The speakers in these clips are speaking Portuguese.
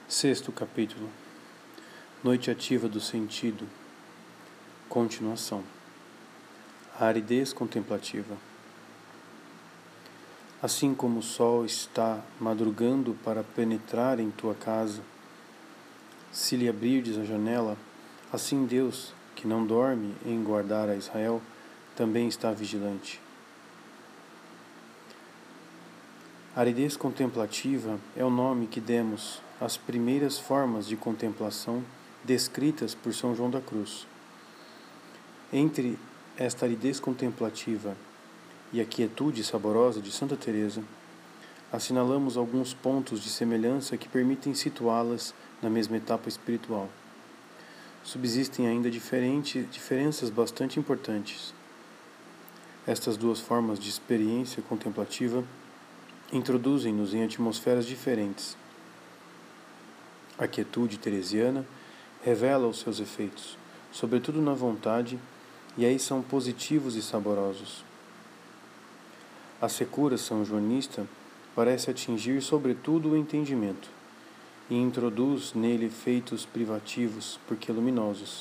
Sexto capítulo. Noite ativa do sentido. Continuação. A aridez contemplativa. Assim como o sol está madrugando para penetrar em tua casa, se lhe abrirdes a janela, assim Deus, que não dorme em guardar a Israel, também está vigilante. Aridez contemplativa é o nome que demos às primeiras formas de contemplação descritas por São João da Cruz. Entre esta aridez contemplativa e a quietude saborosa de Santa Teresa, assinalamos alguns pontos de semelhança que permitem situá-las na mesma etapa espiritual. Subsistem ainda diferenças bastante importantes. Estas duas formas de experiência contemplativa introduzem-nos em atmosferas diferentes. A quietude teresiana revela os seus efeitos, sobretudo na vontade, e aí são positivos e saborosos. A secura são-joanista parece atingir sobretudo o entendimento, e introduz nele efeitos privativos, porque luminosos.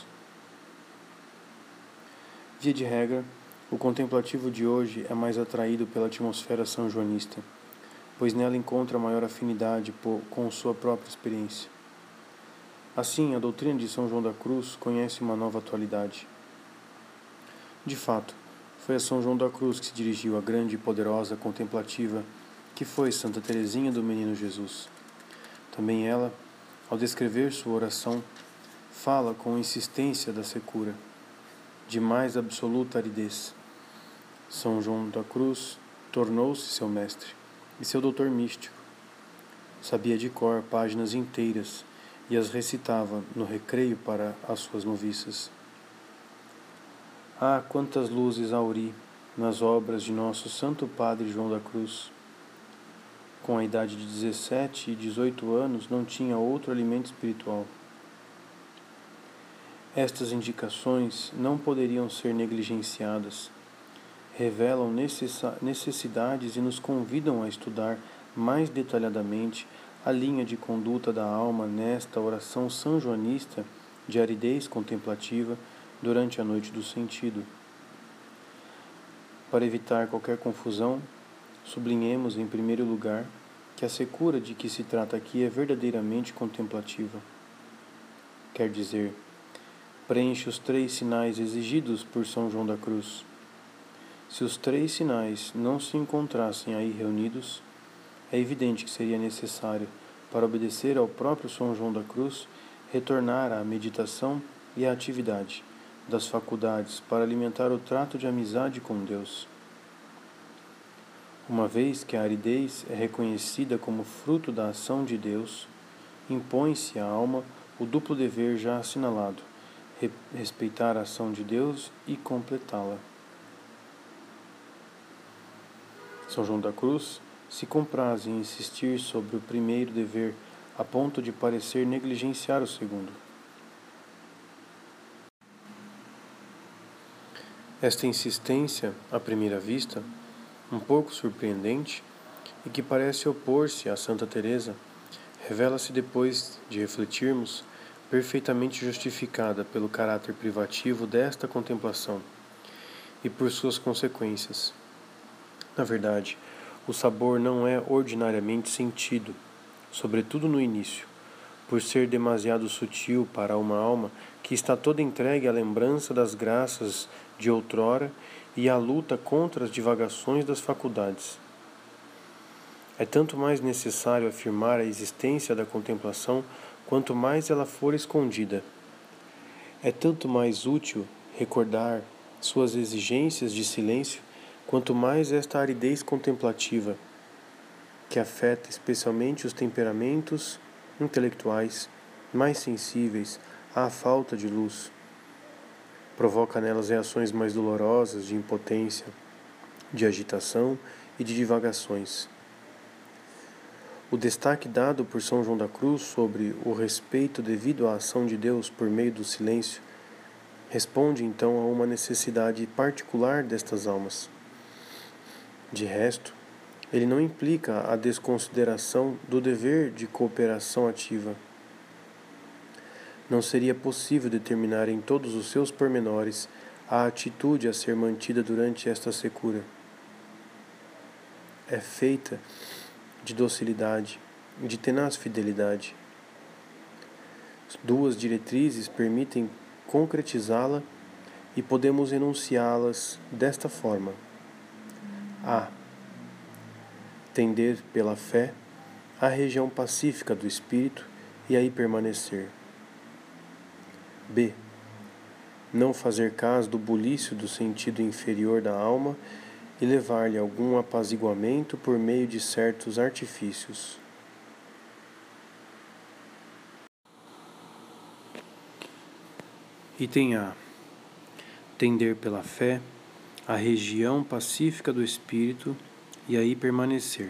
Via de regra, o contemplativo de hoje é mais atraído pela atmosfera são-joanista, pois nela encontra maior afinidade com sua própria experiência. Assim, a doutrina de São João da Cruz conhece uma nova atualidade. De fato, foi a São João da Cruz que se dirigiu à grande e poderosa contemplativa que foi Santa Teresinha do Menino Jesus. Também ela, ao descrever sua oração, fala com insistência da secura, de mais absoluta aridez. São João da Cruz tornou-se seu mestre e seu doutor místico. Sabia de cor páginas inteiras e as recitava no recreio para as suas noviças. Ah, quantas luzes auri nas obras de nosso Santo Padre João da Cruz! Com a idade de 17 e 18 anos, não tinha outro alimento espiritual. Estas indicações não poderiam ser negligenciadas. Revelam necessidades e nos convidam a estudar mais detalhadamente a linha de conduta da alma nesta oração são-joanista de aridez contemplativa durante a noite do sentido. Para evitar qualquer confusão, sublinhemos, em primeiro lugar, que a secura de que se trata aqui é verdadeiramente contemplativa. Quer dizer, preenche os 3 sinais exigidos por São João da Cruz. Se os 3 sinais não se encontrassem aí reunidos, é evidente que seria necessário, para obedecer ao próprio São João da Cruz, retornar à meditação e à atividade das faculdades para alimentar o trato de amizade com Deus. Uma vez que a aridez é reconhecida como fruto da ação de Deus, impõe-se à alma o duplo dever já assinalado, respeitar a ação de Deus e completá-la. São João da Cruz se compraz em insistir sobre o primeiro dever, a ponto de parecer negligenciar o segundo. Esta insistência, à primeira vista, um pouco surpreendente, e que parece opor-se a Santa Teresa, revela-se depois de refletirmos perfeitamente justificada pelo caráter privativo desta contemplação e por suas consequências. Na verdade, o sabor não é ordinariamente sentido, sobretudo no início, por ser demasiado sutil para uma alma que está toda entregue à lembrança das graças de outrora e à luta contra as divagações das faculdades. É tanto mais necessário afirmar a existência da contemplação quanto mais ela for escondida. É tanto mais útil recordar suas exigências de silêncio quanto mais esta aridez contemplativa, que afeta especialmente os temperamentos intelectuais mais sensíveis à falta de luz, provoca nelas reações mais dolorosas de impotência, de agitação e de divagações. O destaque dado por São João da Cruz sobre o respeito devido à ação de Deus por meio do silêncio responde então a uma necessidade particular destas almas. De resto, ele não implica a desconsideração do dever de cooperação ativa, não seria possível determinar em todos os seus pormenores a atitude a ser mantida durante esta secura. É feita de docilidade e de tenaz fidelidade. Duas diretrizes permitem concretizá-la e podemos enunciá-las desta forma: a. Tender pela fé à região pacífica do espírito e aí permanecer. B. Não fazer caso do bulício do sentido inferior da alma e levar-lhe algum apaziguamento por meio de certos artifícios. Item A. Tender pela fé à região pacífica do espírito e aí permanecer.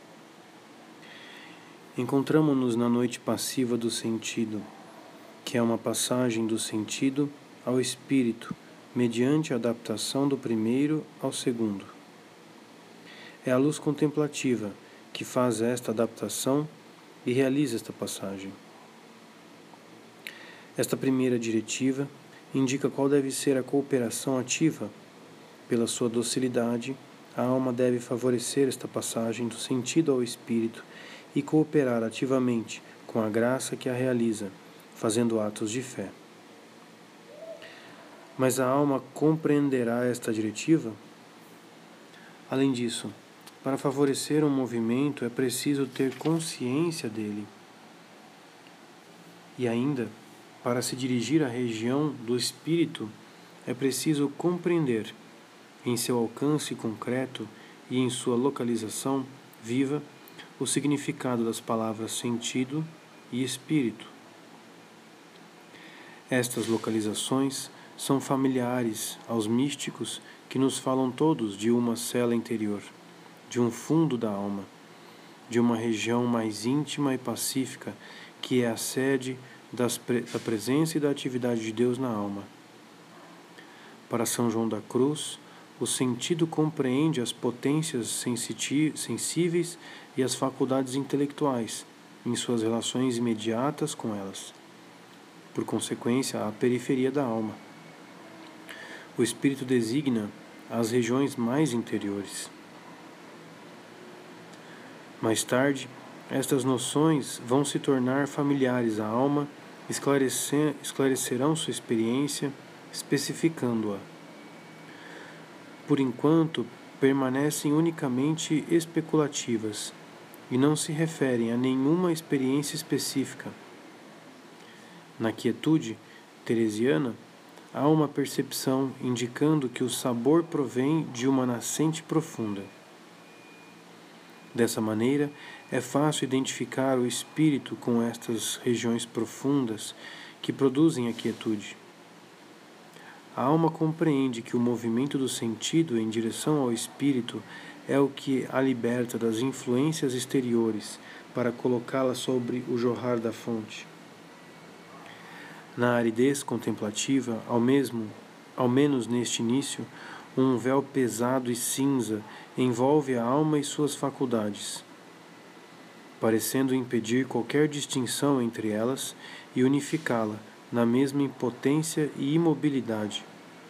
Encontramo-nos na noite passiva do sentido, que é uma passagem do sentido ao espírito, mediante a adaptação do primeiro ao segundo. É a luz contemplativa que faz esta adaptação e realiza esta passagem. Esta primeira diretiva indica qual deve ser a cooperação ativa. Pela sua docilidade, a alma deve favorecer esta passagem do sentido ao espírito e cooperar ativamente com a graça que a realiza, fazendo atos de fé. Mas a alma compreenderá esta diretiva? Além disso, para favorecer um movimento é preciso ter consciência dele. E ainda, para se dirigir à região do espírito, é preciso compreender, em seu alcance concreto e em sua localização viva, o significado das palavras sentido e espírito. Estas localizações são familiares aos místicos que nos falam todos de uma cela interior, de um fundo da alma, de uma região mais íntima e pacífica que é a sede da presença e da atividade de Deus na alma. Para São João da Cruz, o sentido compreende as potências sensíveis e as faculdades intelectuais, em suas relações imediatas com elas. Por consequência, a periferia da alma. O espírito designa as regiões mais interiores. Mais tarde, estas noções vão se tornar familiares à alma, esclarecerão sua experiência, especificando-a. Por enquanto, permanecem unicamente especulativas e não se referem a nenhuma experiência específica. Na quietude teresiana, há uma percepção indicando que o sabor provém de uma nascente profunda. Dessa maneira, é fácil identificar o espírito com estas regiões profundas que produzem a quietude. A alma compreende que o movimento do sentido em direção ao espírito é o que a liberta das influências exteriores para colocá-la sobre o jorrar da fonte. Na aridez contemplativa, ao menos neste início, um véu pesado e cinza envolve a alma e suas faculdades, parecendo impedir qualquer distinção entre elas e unificá-la na mesma impotência e imobilidade.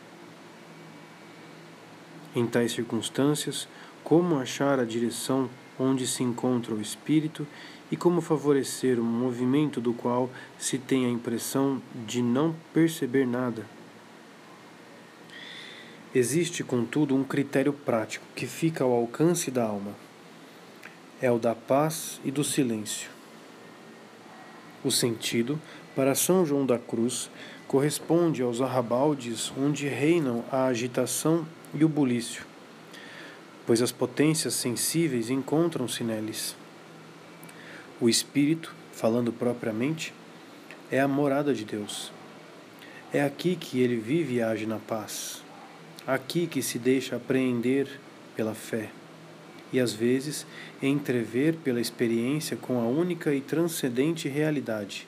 Em tais circunstâncias, como achar a direção onde se encontra o espírito e como favorecer um movimento do qual se tem a impressão de não perceber nada? Existe, contudo, um critério prático que fica ao alcance da alma. É o da paz e do silêncio. O sentido, para São João da Cruz, corresponde aos arrabaldes onde reinam a agitação e o bulício, pois as potências sensíveis encontram-se neles. O espírito, falando propriamente, é a morada de Deus. É aqui que ele vive e age na paz. Aqui que se deixa apreender pela fé e, às vezes, entrever pela experiência com a única e transcendente realidade.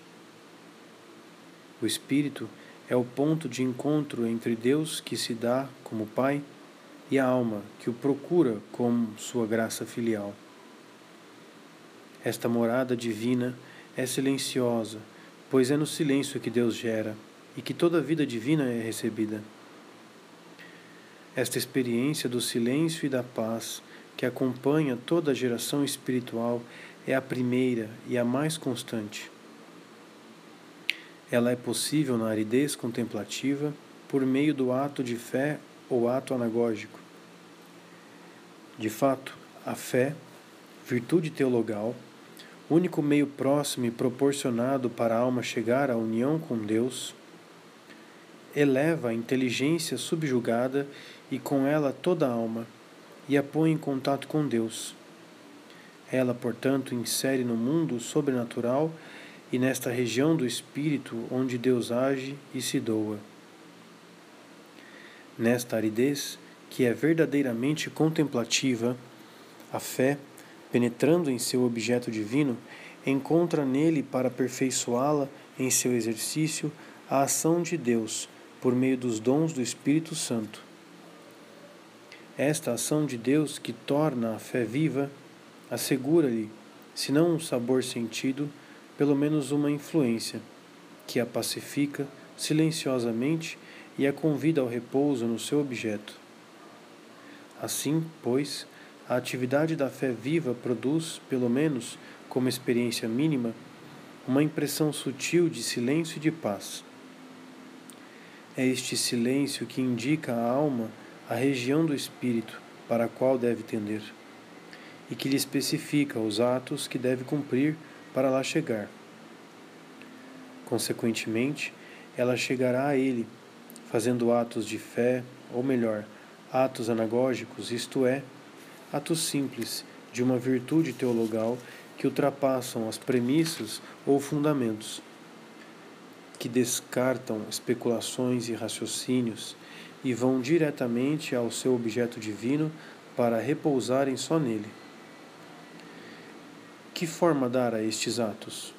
O espírito é o ponto de encontro entre Deus, que se dá como Pai, e a alma, que o procura como sua graça filial. Esta morada divina é silenciosa, pois é no silêncio que Deus gera e que toda a vida divina é recebida. Esta experiência do silêncio e da paz que acompanha toda a geração espiritual é a primeira e a mais constante. Ela é possível na aridez contemplativa por meio do ato de fé ou ato anagógico. De fato, a fé, virtude teologal, único meio próximo e proporcionado para a alma chegar à união com Deus, eleva a inteligência subjugada e com ela toda a alma, e a põe em contato com Deus. Ela, portanto, insere no mundo sobrenatural e nesta região do espírito onde Deus age e se doa. Nesta aridez, que é verdadeiramente contemplativa, a fé, penetrando em seu objeto divino, encontra nele para aperfeiçoá-la em seu exercício a ação de Deus por meio dos dons do Espírito Santo. Esta ação de Deus que torna a fé viva, assegura-lhe, se não um sabor sentido, pelo menos uma influência, que a pacifica silenciosamente e a convida ao repouso no seu objeto. Assim, pois, a atividade da fé viva produz, pelo menos como experiência mínima, uma impressão sutil de silêncio e de paz. É este silêncio que indica à alma a região do espírito para a qual deve tender, e que lhe especifica os atos que deve cumprir para lá chegar. Consequentemente, ela chegará a ele, fazendo atos de fé, ou melhor, atos anagógicos, isto é, atos simples de uma virtude teologal que ultrapassam as premissas ou fundamentos, que descartam especulações e raciocínios e vão diretamente ao seu objeto divino para repousarem só nele. Que forma dar a estes atos?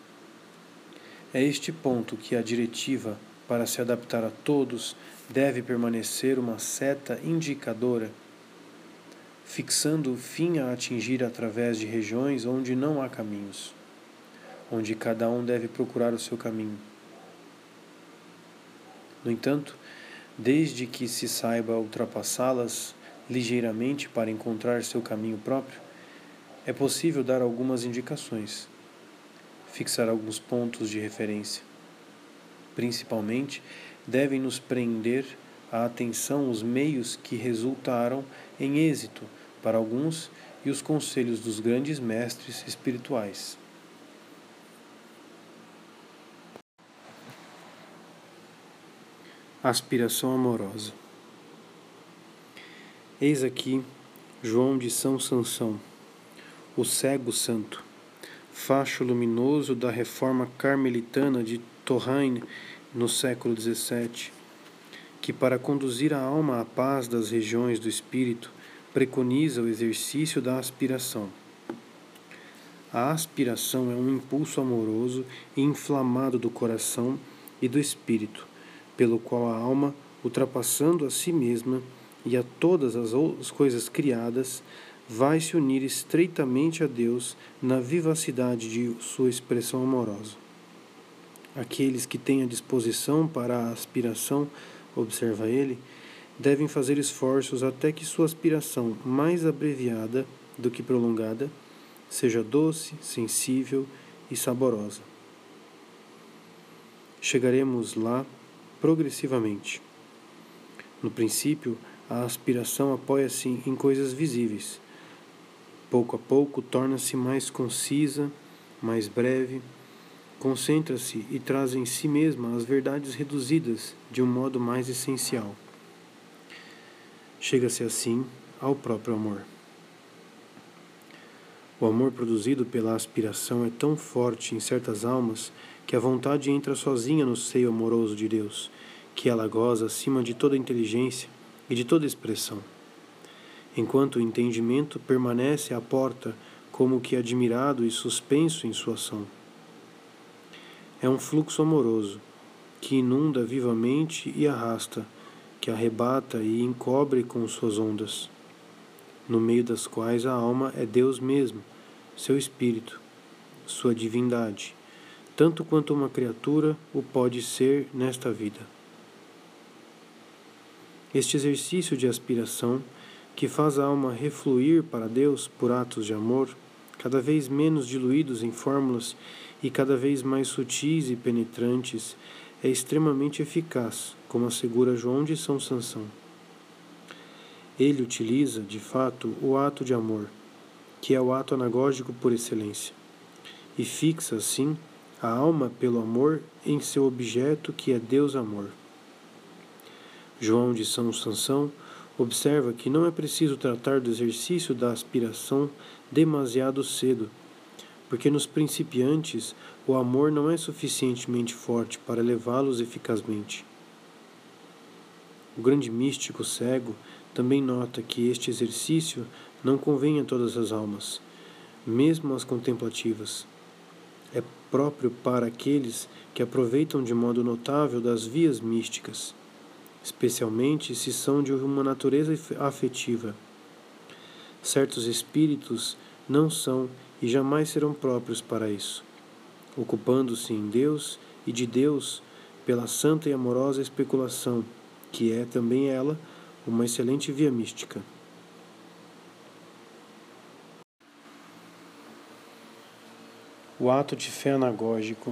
É este ponto que a diretiva, para se adaptar a todos, deve permanecer uma seta indicadora, fixando o fim a atingir através de regiões onde não há caminhos, onde cada um deve procurar o seu caminho. No entanto, desde que se saiba ultrapassá-las ligeiramente para encontrar seu caminho próprio, é possível dar algumas indicações, fixar alguns pontos de referência. Principalmente, devem nos prender a atenção os meios que resultaram em êxito para alguns e os conselhos dos grandes mestres espirituais. Aspiração amorosa. Eis aqui João de São Sansão, o cego santo, facho luminoso da reforma carmelitana de Touraine no século XVII, que para conduzir a alma à paz das regiões do espírito preconiza o exercício da aspiração. A aspiração é um impulso amoroso e inflamado do coração e do espírito, pelo qual a alma, ultrapassando a si mesma e a todas as coisas criadas, vai se unir estreitamente a Deus na vivacidade de sua expressão amorosa. Aqueles que têm a disposição para a aspiração, observa ele, devem fazer esforços até que sua aspiração, mais abreviada do que prolongada, seja doce, sensível e saborosa. Chegaremos lá progressivamente. No princípio, a aspiração apoia-se em coisas visíveis. Pouco a pouco torna-se mais concisa, mais breve, concentra-se e traz em si mesma as verdades reduzidas de um modo mais essencial. Chega-se assim ao próprio amor. O amor produzido pela aspiração é tão forte em certas almas que a vontade entra sozinha no seio amoroso de Deus, que ela goza acima de toda inteligência e de toda expressão, enquanto o entendimento permanece à porta como que admirado e suspenso em sua ação. É um fluxo amoroso que inunda vivamente e arrasta, que arrebata e encobre com suas ondas, no meio das quais a alma é Deus mesmo, seu espírito, sua divindade, tanto quanto uma criatura o pode ser nesta vida. Este exercício de aspiração, que faz a alma refluir para Deus por atos de amor, cada vez menos diluídos em fórmulas e cada vez mais sutis e penetrantes, é extremamente eficaz, como assegura João de São Sansão. Ele utiliza, de fato, o ato de amor, que é o ato anagógico por excelência, e fixa, assim, a alma pelo amor em seu objeto, que é Deus amor. João de São Sansão observa que não é preciso tratar do exercício da aspiração demasiado cedo, porque nos principiantes o amor não é suficientemente forte para levá-los eficazmente. O grande místico cego também nota que este exercício não convém a todas as almas, mesmo as contemplativas. É próprio para aqueles que aproveitam de modo notável das vias místicas, especialmente se são de uma natureza afetiva. Certos espíritos não são e jamais serão próprios para isso, ocupando-se em Deus e de Deus pela santa e amorosa especulação, que é também ela uma excelente via mística. O ato de fé anagógico.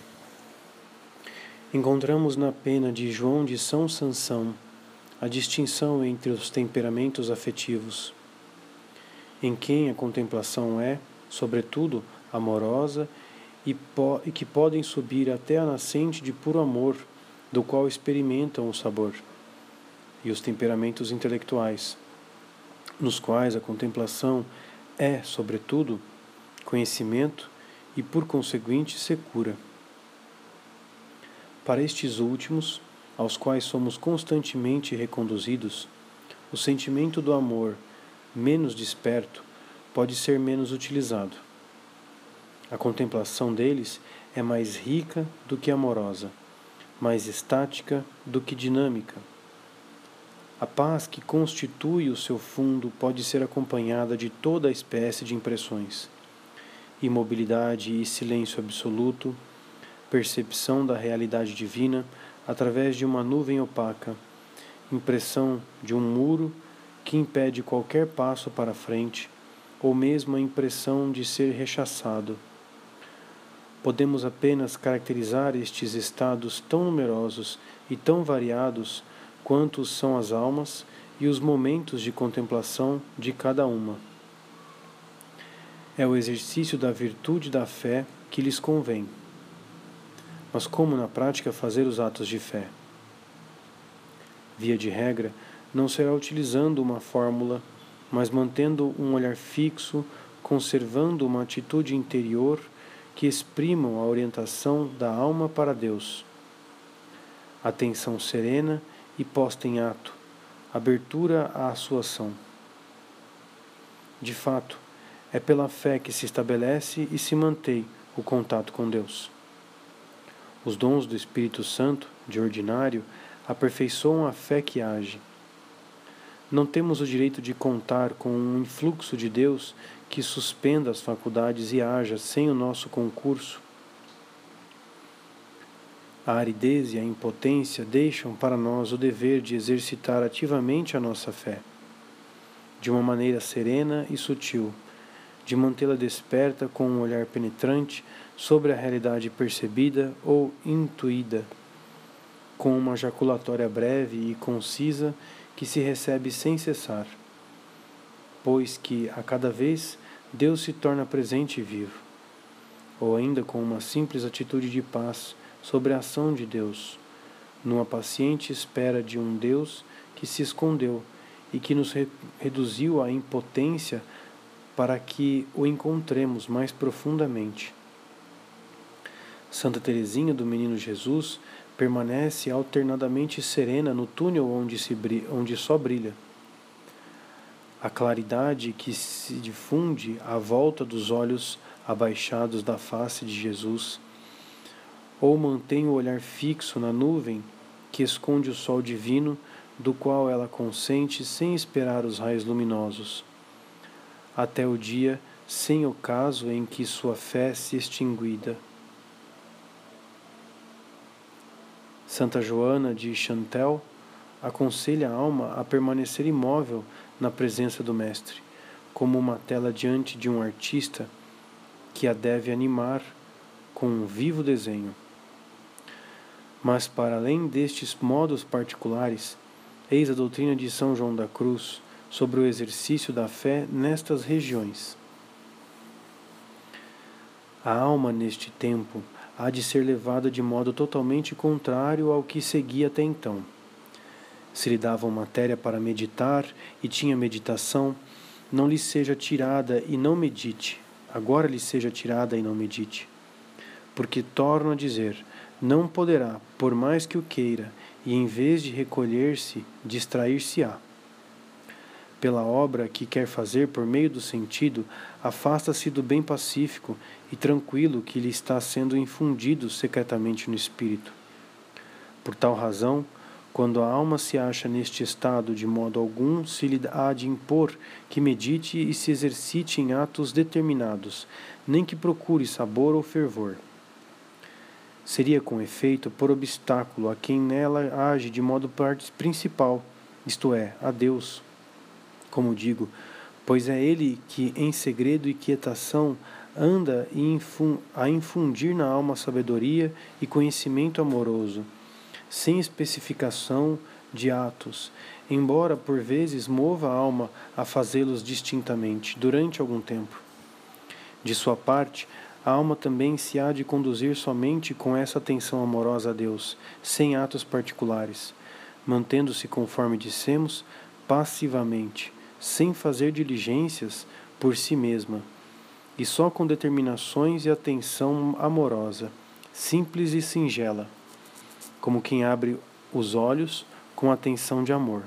Encontramos na pena de João de São Sansão a distinção entre os temperamentos afetivos, em quem a contemplação é, sobretudo, amorosa e que podem subir até a nascente de puro amor, do qual experimentam o sabor, e os temperamentos intelectuais, nos quais a contemplação é, sobretudo, conhecimento e, por conseguinte, secura. Para estes últimos, aos quais somos constantemente reconduzidos, o sentimento do amor, menos desperto, pode ser menos utilizado. A contemplação deles é mais rica do que amorosa, mais estática do que dinâmica. A paz que constitui o seu fundo pode ser acompanhada de toda a espécie de impressões: imobilidade e silêncio absoluto, percepção da realidade divina através de uma nuvem opaca, impressão de um muro que impede qualquer passo para frente, ou mesmo a impressão de ser rechaçado. Podemos apenas caracterizar estes estados tão numerosos e tão variados quantos são as almas e os momentos de contemplação de cada uma. É o exercício da virtude da fé que lhes convém. Mas como na prática fazer os atos de fé? Via de regra, não será utilizando uma fórmula, mas mantendo um olhar fixo, conservando uma atitude interior que exprimam a orientação da alma para Deus. Atenção serena e posta em ato, abertura à sua ação. De fato, é pela fé que se estabelece e se mantém o contato com Deus. Os dons do Espírito Santo, de ordinário, aperfeiçoam a fé que age. Não temos o direito de contar com um influxo de Deus que suspenda as faculdades e haja sem o nosso concurso. A aridez e a impotência deixam para nós o dever de exercitar ativamente a nossa fé, de uma maneira serena e sutil, de mantê-la desperta com um olhar penetrante sobre a realidade percebida ou intuída, com uma jaculatória breve e concisa que se recebe sem cessar, pois que, a cada vez, Deus se torna presente e vivo, ou ainda com uma simples atitude de paz sobre a ação de Deus, numa paciente espera de um Deus que se escondeu e que nos reduziu à impotência para que o encontremos mais profundamente. Santa Teresinha do Menino Jesus permanece alternadamente serena no túnel onde só brilha. A claridade que se difunde à volta dos olhos abaixados da face de Jesus, ou mantém o olhar fixo na nuvem que esconde o sol divino, do qual ela consente sem esperar os raios luminosos, até o dia sem ocaso em que sua fé se extinguida. Santa Joana de Chantal aconselha a alma a permanecer imóvel na presença do Mestre, como uma tela diante de um artista que a deve animar com um vivo desenho. Mas, para além destes modos particulares, eis a doutrina de São João da Cruz sobre o exercício da fé nestas regiões. A alma, neste tempo, há de ser levada de modo totalmente contrário ao que seguia até então. Se lhe davam matéria para meditar e tinha meditação, não lhe seja tirada e não medite. Agora lhe seja tirada e não medite. Porque, torno a dizer, não poderá, por mais que o queira, e em vez de recolher-se, distrair-se-á. Pela obra que quer fazer por meio do sentido, afasta-se do bem pacífico e tranquilo que lhe está sendo infundido secretamente no espírito. Por tal razão, quando a alma se acha neste estado, de modo algum se lhe há de impor que medite e se exercite em atos determinados, nem que procure sabor ou fervor. Seria, com efeito, por obstáculo a quem nela age de modo principal, isto é, a Deus. Como digo, pois é Ele que, em segredo e quietação, anda a infundir na alma sabedoria e conhecimento amoroso, sem especificação de atos, embora por vezes mova a alma a fazê-los distintamente, durante algum tempo. De sua parte, a alma também se há de conduzir somente com essa atenção amorosa a Deus, sem atos particulares, mantendo-se, conforme dissemos, passivamente, sem fazer diligências por si mesma, e só com determinações e atenção amorosa, simples e singela, como quem abre os olhos com atenção de amor.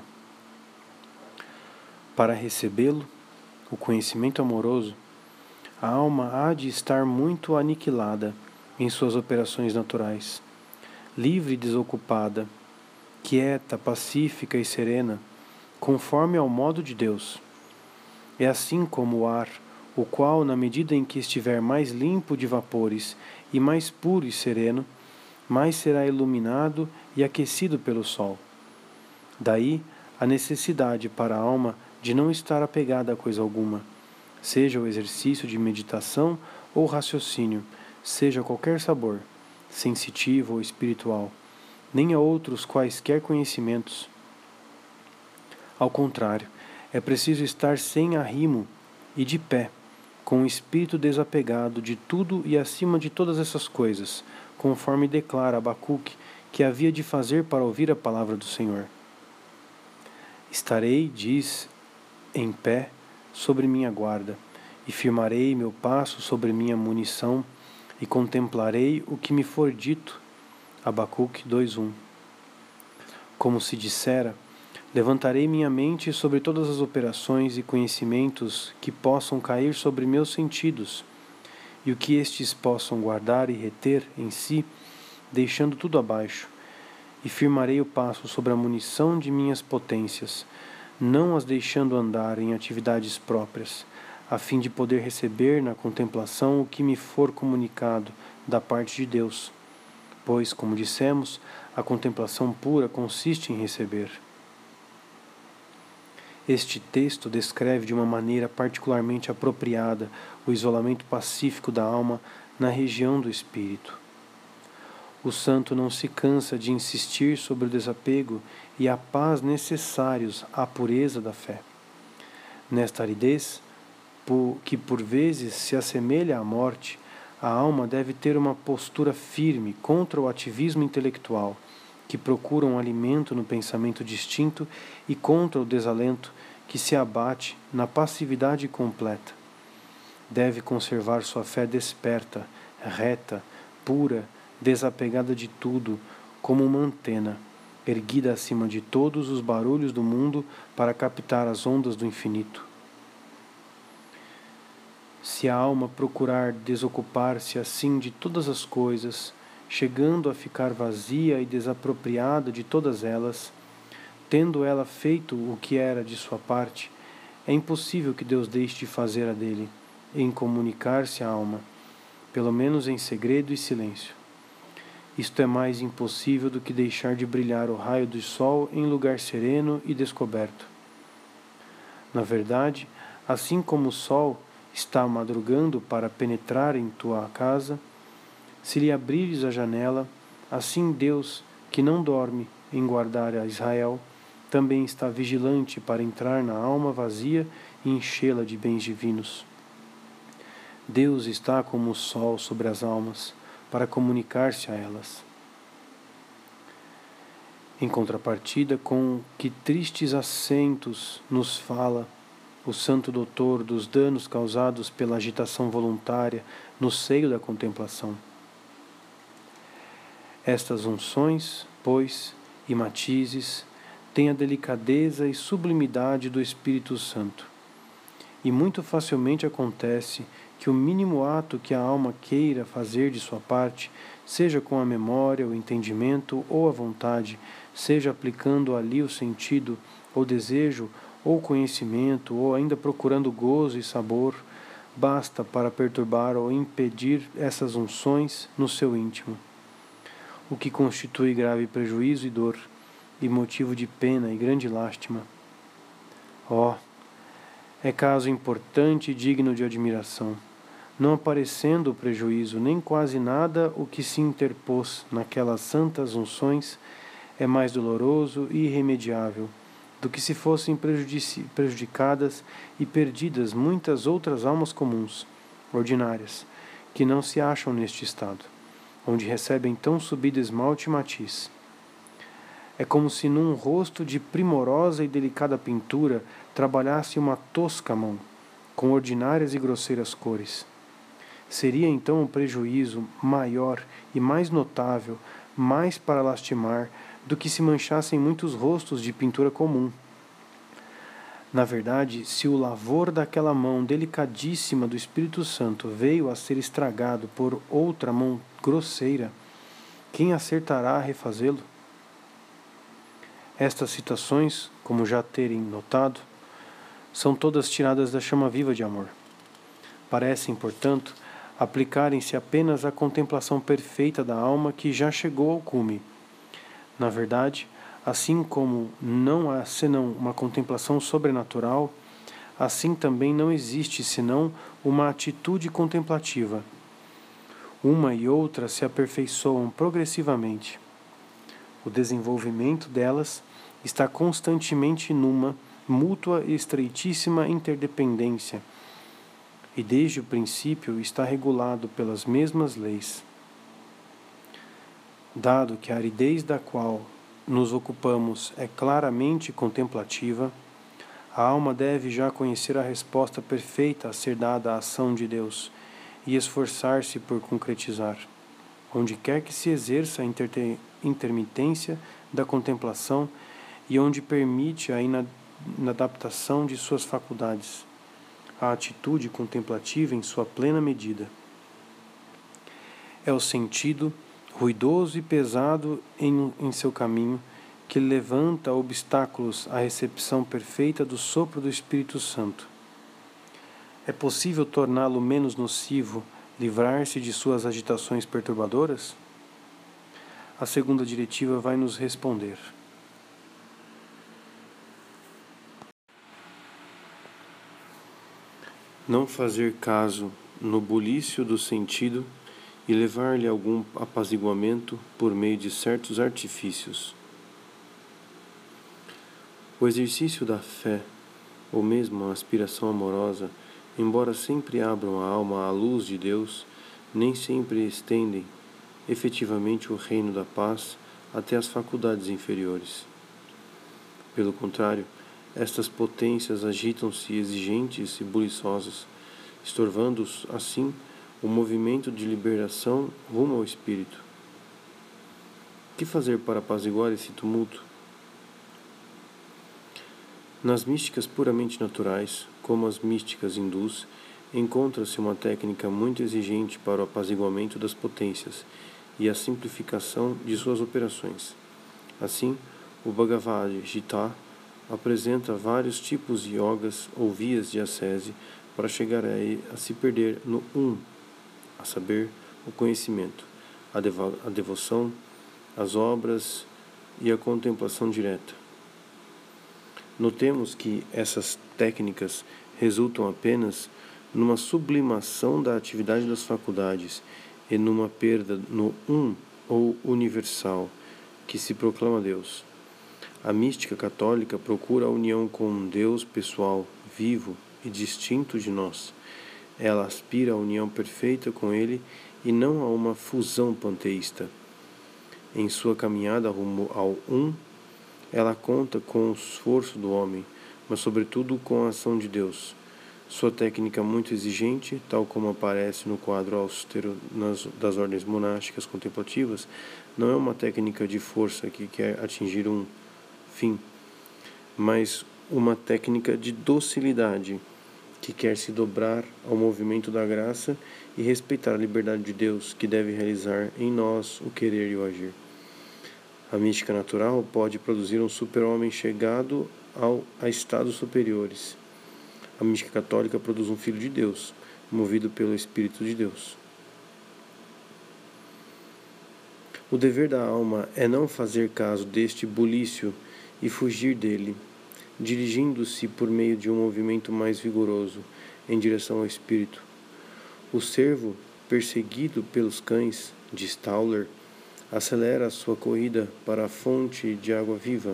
Para recebê-lo, o conhecimento amoroso, a alma há de estar muito aniquilada em suas operações naturais, livre e desocupada, quieta, pacífica e serena, conforme ao modo de Deus. É assim como o ar, o qual, na medida em que estiver mais limpo de vapores e mais puro e sereno, mais será iluminado e aquecido pelo sol. Daí a necessidade para a alma de não estar apegada a coisa alguma, seja o exercício de meditação ou raciocínio, seja qualquer sabor, sensitivo ou espiritual, nem a outros quaisquer conhecimentos. Ao contrário, é preciso estar sem arrimo e de pé, com o espírito desapegado de tudo e acima de todas essas coisas, conforme declara Abacuque que havia de fazer para ouvir a palavra do Senhor. Estarei, diz, em pé sobre minha guarda, e firmarei meu passo sobre minha munição, e contemplarei o que me for dito. Abacuque 2:1. Como se dissera, levantarei minha mente sobre todas as operações e conhecimentos que possam cair sobre meus sentidos, e o que estes possam guardar e reter em si, deixando tudo abaixo, e firmarei o passo sobre a munição de minhas potências, não as deixando andar em atividades próprias, a fim de poder receber na contemplação o que me for comunicado da parte de Deus, pois, como dissemos, a contemplação pura consiste em receber. Este texto descreve de uma maneira particularmente apropriada o isolamento pacífico da alma na região do espírito. O santo não se cansa de insistir sobre o desapego e a paz necessários à pureza da fé. Nesta aridez, que por vezes se assemelha à morte, a alma deve ter uma postura firme contra o ativismo intelectual, que procura um alimento no pensamento distinto, e contra o desalento que se abate na passividade completa. Deve conservar sua fé desperta, reta, pura, desapegada de tudo, como uma antena, erguida acima de todos os barulhos do mundo para captar as ondas do infinito. Se a alma procurar desocupar-se assim de todas as coisas, chegando a ficar vazia e desapropriada de todas elas, tendo ela feito o que era de sua parte, é impossível que Deus deixe de fazer a dele, em comunicar-se à alma, pelo menos em segredo e silêncio. Isto é mais impossível do que deixar de brilhar o raio do sol em lugar sereno e descoberto. Na verdade, assim como o sol está madrugando para penetrar em tua casa, se lhe abrires a janela, assim Deus, que não dorme em guardar a Israel, também está vigilante para entrar na alma vazia e enchê-la de bens divinos. Deus está como o sol sobre as almas, para comunicar-se a elas. Em contrapartida, com que tristes acentos nos fala o Santo Doutor dos danos causados pela agitação voluntária no seio da contemplação. Estas unções, pois, e matizes, têm a delicadeza e sublimidade do Espírito Santo. E muito facilmente acontece que o mínimo ato que a alma queira fazer de sua parte, seja com a memória, o entendimento ou a vontade, seja aplicando ali o sentido, ou desejo, ou conhecimento, ou ainda procurando gozo e sabor, basta para perturbar ou impedir essas unções no seu íntimo, o que constitui grave prejuízo e dor, e motivo de pena e grande lástima. É caso importante e digno de admiração, não aparecendo o prejuízo nem quase nada o que se interpôs naquelas santas unções, é mais doloroso e irremediável do que se fossem prejudicadas e perdidas muitas outras almas comuns, ordinárias, que não se acham neste estado, onde recebem tão subido esmalte e matiz. É como se num rosto de primorosa e delicada pintura trabalhasse uma tosca mão, com ordinárias e grosseiras cores. Seria então um prejuízo maior e mais notável, mais para lastimar, do que se manchassem muitos rostos de pintura comum. Na verdade, se o lavor daquela mão delicadíssima do Espírito Santo veio a ser estragado por outra mão grosseira, quem acertará a refazê-lo? Estas citações, como já terem notado, são todas tiradas da chama viva de amor. Parecem, portanto, aplicarem-se apenas à contemplação perfeita da alma que já chegou ao cume. Na verdade, assim como não há senão uma contemplação sobrenatural, assim também não existe senão uma atitude contemplativa. Uma e outra se aperfeiçoam progressivamente. O desenvolvimento delas está constantemente numa mútua e estreitíssima interdependência, e desde o princípio está regulado pelas mesmas leis. Dado que a aridez da qual nos ocupamos é claramente contemplativa, a alma deve já conhecer a resposta perfeita a ser dada à ação de Deus e esforçar-se por concretizar, onde quer que se exerça a intermitência da contemplação e onde permite a inadaptação de suas faculdades, a atitude contemplativa em sua plena medida. É o sentido ruidoso e pesado em seu caminho, que levanta obstáculos à recepção perfeita do sopro do Espírito Santo. É possível torná-lo menos nocivo, livrar-se de suas agitações perturbadoras? A segunda diretiva vai nos responder. Não fazer caso no bulício do sentido e levar-lhe algum apaziguamento por meio de certos artifícios. O exercício da fé, ou mesmo a aspiração amorosa, embora sempre abram a alma à luz de Deus, nem sempre estendem efetivamente o reino da paz até as faculdades inferiores. Pelo contrário, estas potências agitam-se exigentes e buliçosas, estorvando assim o movimento de liberação rumo ao espírito. Que fazer para apaziguar esse tumulto? Nas místicas puramente naturais, como as místicas hindus, encontra-se uma técnica muito exigente para o apaziguamento das potências e a simplificação de suas operações. Assim, o Bhagavad Gita apresenta vários tipos de yogas ou vias de ascese para chegar a se perder no a saber, o conhecimento, a devoção, as obras e a contemplação direta. Notemos que essas técnicas resultam apenas numa sublimação da atividade das faculdades e numa perda no ou universal que se proclama Deus. A mística católica procura a união com um Deus pessoal, vivo e distinto de nós. Ela aspira à união perfeita com Ele e não a uma fusão panteísta. Em sua caminhada rumo ao ela conta com o esforço do homem, mas sobretudo com a ação de Deus. Sua técnica muito exigente, tal como aparece no quadro austero das ordens monásticas contemplativas, não é uma técnica de força que quer atingir um fim, mas uma técnica de docilidade que quer se dobrar ao movimento da graça e respeitar a liberdade de Deus, que deve realizar em nós o querer e o agir. A mística natural pode produzir um super-homem chegado a estados superiores. A mística católica produz um Filho de Deus, movido pelo Espírito de Deus. O dever da alma é não fazer caso deste bulício e fugir dele, dirigindo-se por meio de um movimento mais vigoroso em direção ao Espírito. O cervo, perseguido pelos cães, diz Tauler, acelera a sua corrida para a fonte de água viva.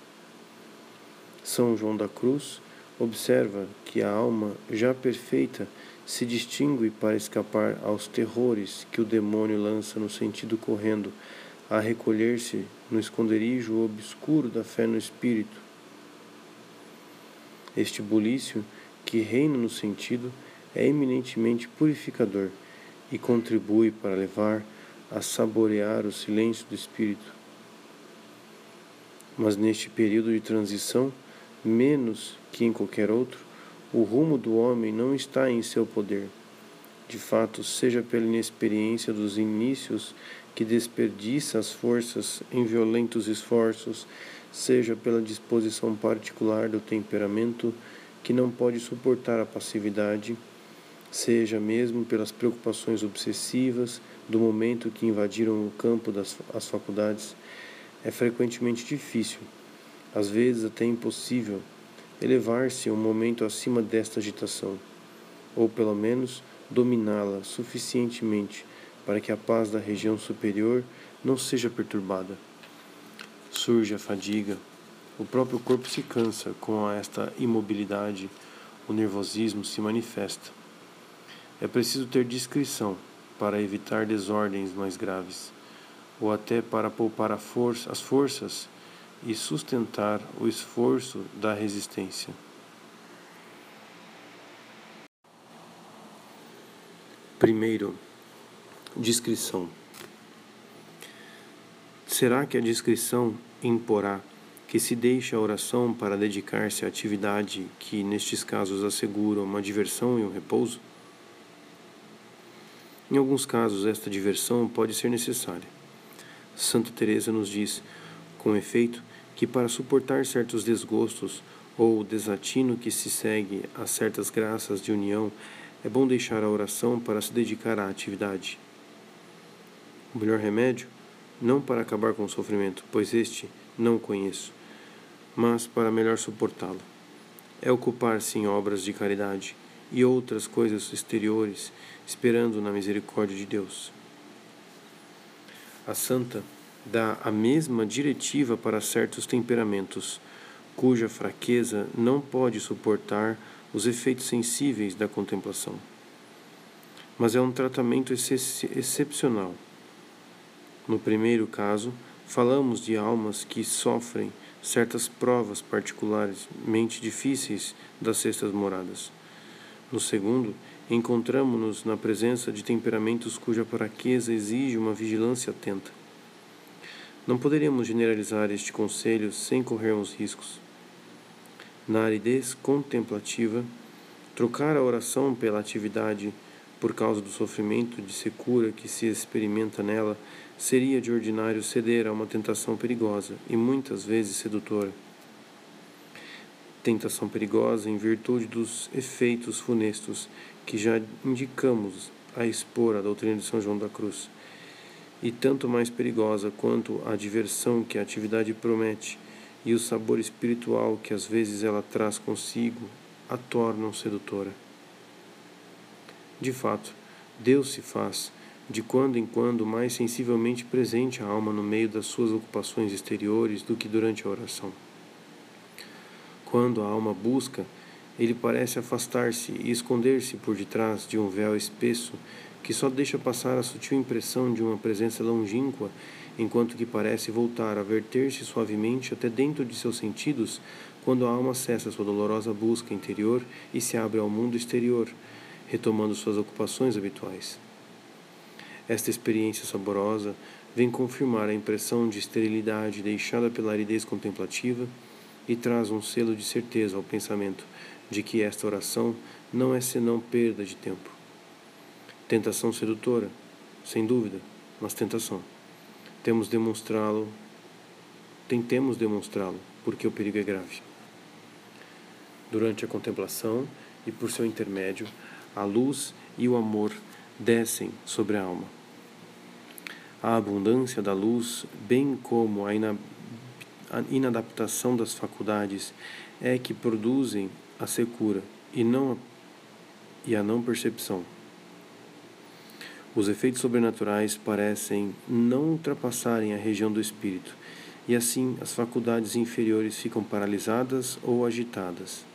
São João da Cruz observa que a alma, já perfeita, se distingue para escapar aos terrores que o demônio lança no sentido correndo, a recolher-se no esconderijo obscuro da fé no Espírito. Este bulício, que reina no sentido, é eminentemente purificador e contribui para levar a saborear o silêncio do Espírito. Mas neste período de transição, menos que em qualquer outro, o rumo do homem não está em seu poder. De fato, seja pela inexperiência dos inícios que desperdiça as forças em violentos esforços, seja pela disposição particular do temperamento que não pode suportar a passividade, seja mesmo pelas preocupações obsessivas do momento que invadiram o campo das faculdades, é frequentemente difícil, às vezes até impossível, elevar-se um momento acima desta agitação, ou pelo menos dominá-la suficientemente para que a paz da região superior não seja perturbada. Surge a fadiga, o próprio corpo se cansa com esta imobilidade, o nervosismo se manifesta. É preciso ter discrição para evitar desordens mais graves, ou até para poupar as forças e sustentar o esforço da resistência. Primeiro, discrição. Será que a discrição imporá que se deixe a oração para dedicar-se à atividade que, nestes casos, assegura uma diversão e um repouso? Em alguns casos, esta diversão pode ser necessária. Santa Teresa nos diz, com efeito, que para suportar certos desgostos ou o desatino que se segue a certas graças de união, é bom deixar a oração para se dedicar à atividade. O melhor remédio, não para acabar com o sofrimento, pois este não o conheço, mas para melhor suportá-lo, é ocupar-se em obras de caridade e outras coisas exteriores, esperando na misericórdia de Deus. A santa dá a mesma diretiva para certos temperamentos, cuja fraqueza não pode suportar os efeitos sensíveis da contemplação. Mas é um tratamento excepcional. No primeiro caso, falamos de almas que sofrem certas provas particularmente difíceis das sextas moradas. No segundo, encontramo-nos na presença de temperamentos cuja fraqueza exige uma vigilância atenta. Não poderíamos generalizar este conselho sem corrermos riscos. Na aridez contemplativa, trocar a oração pela atividade por causa do sofrimento de secura que se experimenta nela seria de ordinário ceder a uma tentação perigosa e muitas vezes sedutora. Tentação perigosa em virtude dos efeitos funestos que já indicamos a expor a doutrina de São João da Cruz, e tanto mais perigosa quanto a diversão que a atividade promete e o sabor espiritual que às vezes ela traz consigo a tornam sedutora. De fato, Deus se faz, de quando em quando, mais sensivelmente presente à alma no meio das suas ocupações exteriores do que durante a oração. Quando a alma busca, ele parece afastar-se e esconder-se por detrás de um véu espesso que só deixa passar a sutil impressão de uma presença longínqua, enquanto que parece voltar a verter-se suavemente até dentro de seus sentidos quando a alma cessa sua dolorosa busca interior e se abre ao mundo exterior, retomando suas ocupações habituais. Esta experiência saborosa vem confirmar a impressão de esterilidade deixada pela aridez contemplativa e traz um selo de certeza ao pensamento de que esta oração não é senão perda de tempo. Tentação sedutora, sem dúvida, mas tentação. Tentemos demonstrá-lo, porque o perigo é grave. Durante a contemplação e por seu intermédio, a luz e o amor descem sobre a alma. A abundância da luz, bem como a inadaptação das faculdades, é que produzem a secura e a não percepção. Os efeitos sobrenaturais parecem não ultrapassarem a região do espírito, e assim as faculdades inferiores ficam paralisadas ou agitadas.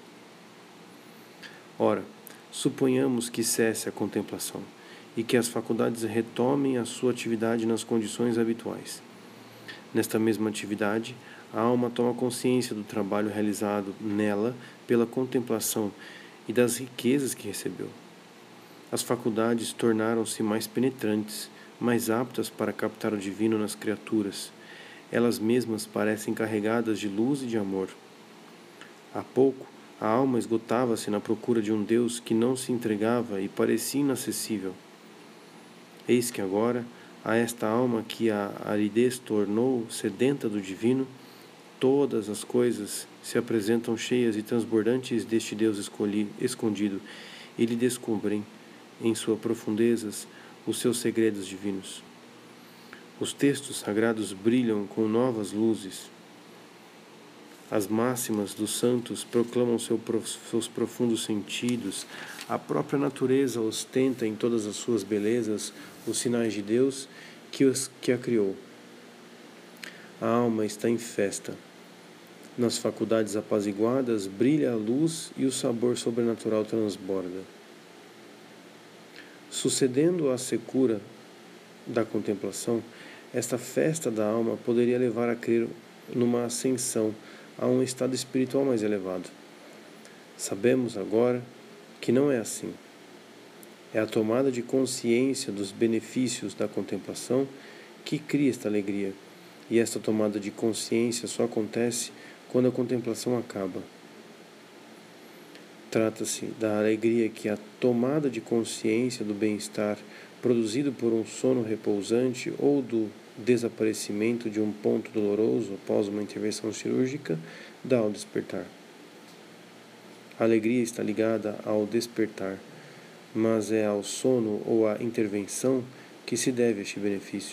Ora, suponhamos que cesse a contemplação e que as faculdades retomem a sua atividade nas condições habituais. Nesta mesma atividade, a alma toma consciência do trabalho realizado nela pela contemplação e das riquezas que recebeu. As faculdades tornaram-se mais penetrantes, mais aptas para captar o divino nas criaturas. Elas mesmas parecem carregadas de luz e de amor. Há pouco, a alma esgotava-se na procura de um Deus que não se entregava e parecia inacessível. Eis que agora, a esta alma que a aridez tornou sedenta do divino, todas as coisas se apresentam cheias e transbordantes deste Deus escondido e lhe descobrem, em suas profundezas, os seus segredos divinos. Os textos sagrados brilham com novas luzes. As máximas dos santos proclamam seus profundos sentidos. A própria natureza ostenta em todas as suas belezas os sinais de Deus que a criou. A alma está em festa. Nas faculdades apaziguadas brilha a luz e o sabor sobrenatural transborda. Sucedendo à secura da contemplação, esta festa da alma poderia levar a crer numa ascensão a um estado espiritual mais elevado. Sabemos agora que não é assim. É a tomada de consciência dos benefícios da contemplação que cria esta alegria, e esta tomada de consciência só acontece quando a contemplação acaba. Trata-se da alegria que a tomada de consciência do bem-estar produzido por um sono repousante ou do desaparecimento de um ponto doloroso após uma intervenção cirúrgica dá ao despertar. A alegria está ligada ao despertar, mas é ao sono ou à intervenção que se deve este benefício.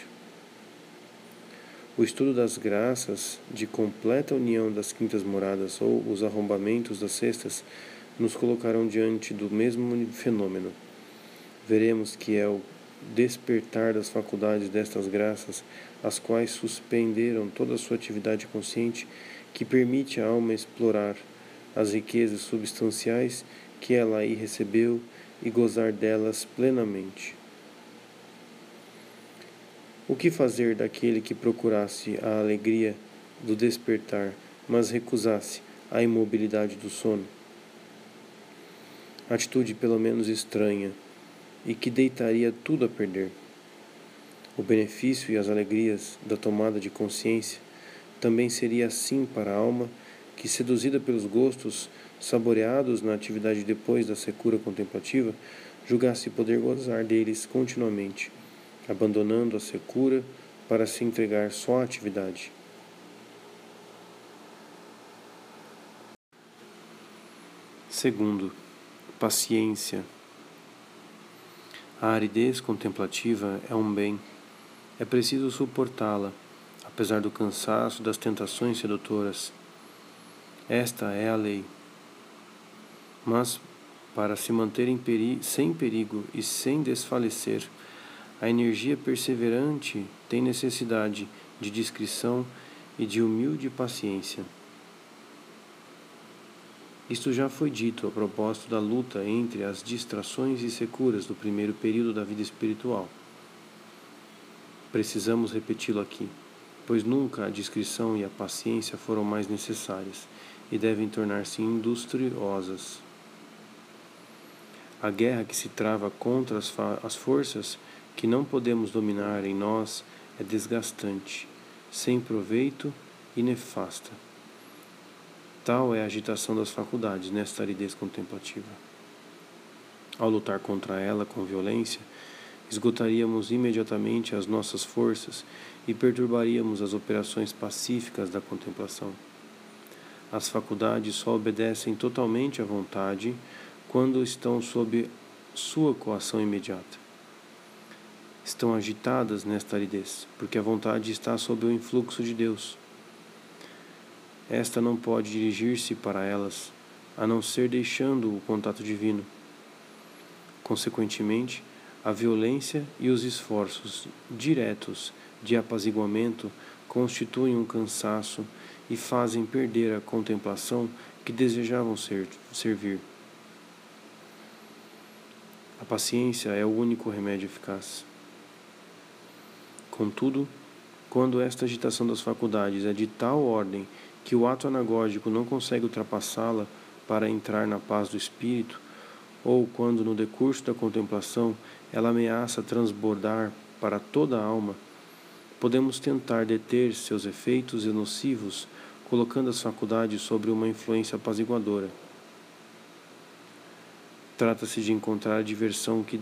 O estudo das graças de completa união das quintas moradas ou os arrombamentos das sextas nos colocarão diante do mesmo fenômeno. Veremos que é o despertar das faculdades destas graças, as quais suspenderam toda a sua atividade consciente, que permite à alma explorar as riquezas substanciais que ela aí recebeu e gozar delas plenamente. O que fazer daquele que procurasse a alegria do despertar, mas recusasse a imobilidade do sono? Atitude pelo menos estranha, e que deitaria tudo a perder. O benefício e as alegrias da tomada de consciência também seria assim para a alma que, seduzida pelos gostos saboreados na atividade depois da secura contemplativa, julgasse poder gozar deles continuamente, abandonando a secura para se entregar só à atividade. Segundo, paciência. A aridez contemplativa é um bem, É preciso suportá-la, apesar do cansaço das tentações sedutoras. Esta é a lei. Mas, para se manter sem perigo e sem desfalecer, a energia perseverante tem necessidade de discrição e de humilde paciência. Isto já foi dito a propósito da luta entre as distrações e securas do primeiro período da vida espiritual. Precisamos repeti-lo aqui, pois nunca a discrição e a paciência foram mais necessárias e devem tornar-se industriosas. A guerra que se trava contra as forças que não podemos dominar em nós é desgastante, sem proveito e nefasta. Tal é a agitação das faculdades nesta aridez contemplativa. Ao lutar contra ela com violência, esgotaríamos imediatamente as nossas forças e perturbaríamos as operações pacíficas da contemplação. As faculdades só obedecem totalmente à vontade quando estão sob sua coação imediata. Estão agitadas nesta aridez, porque a vontade está sob o influxo de Deus. Esta não pode dirigir-se para elas, a não ser deixando o contato divino. Consequentemente, a violência e os esforços diretos de apaziguamento constituem um cansaço e fazem perder a contemplação que desejavam servir. A paciência é o único remédio eficaz. Contudo, quando esta agitação das faculdades é de tal ordem que o ato anagógico não consegue ultrapassá-la para entrar na paz do espírito, ou quando no decurso da contemplação ela ameaça transbordar para toda a alma, podemos tentar deter seus efeitos nocivos, colocando as faculdades sobre uma influência apaziguadora. Trata-se de encontrar a diversão que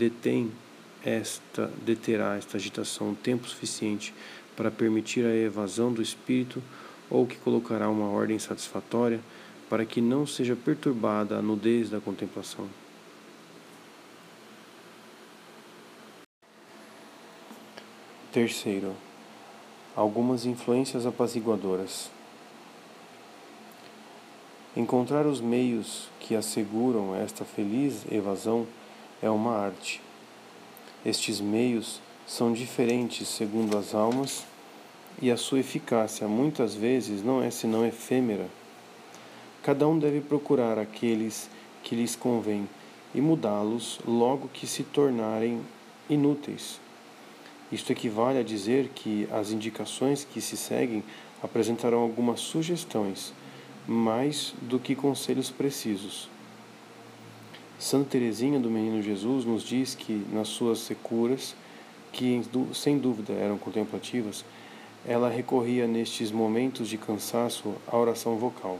deterá esta agitação tempo suficiente para permitir a evasão do espírito ou que colocará uma ordem satisfatória para que não seja perturbada a nudez da contemplação. Terceiro, algumas influências apaziguadoras. Encontrar os meios que asseguram esta feliz evasão é uma arte. Estes meios são diferentes segundo as almas e a sua eficácia muitas vezes não é senão efêmera. Cada um deve procurar aqueles que lhes convém e mudá-los logo que se tornarem inúteis. Isto equivale a dizer que as indicações que se seguem apresentarão algumas sugestões, mais do que conselhos precisos. Santa Teresinha do Menino Jesus nos diz que, nas suas securas, que sem dúvida eram contemplativas, ela recorria nestes momentos de cansaço à oração vocal.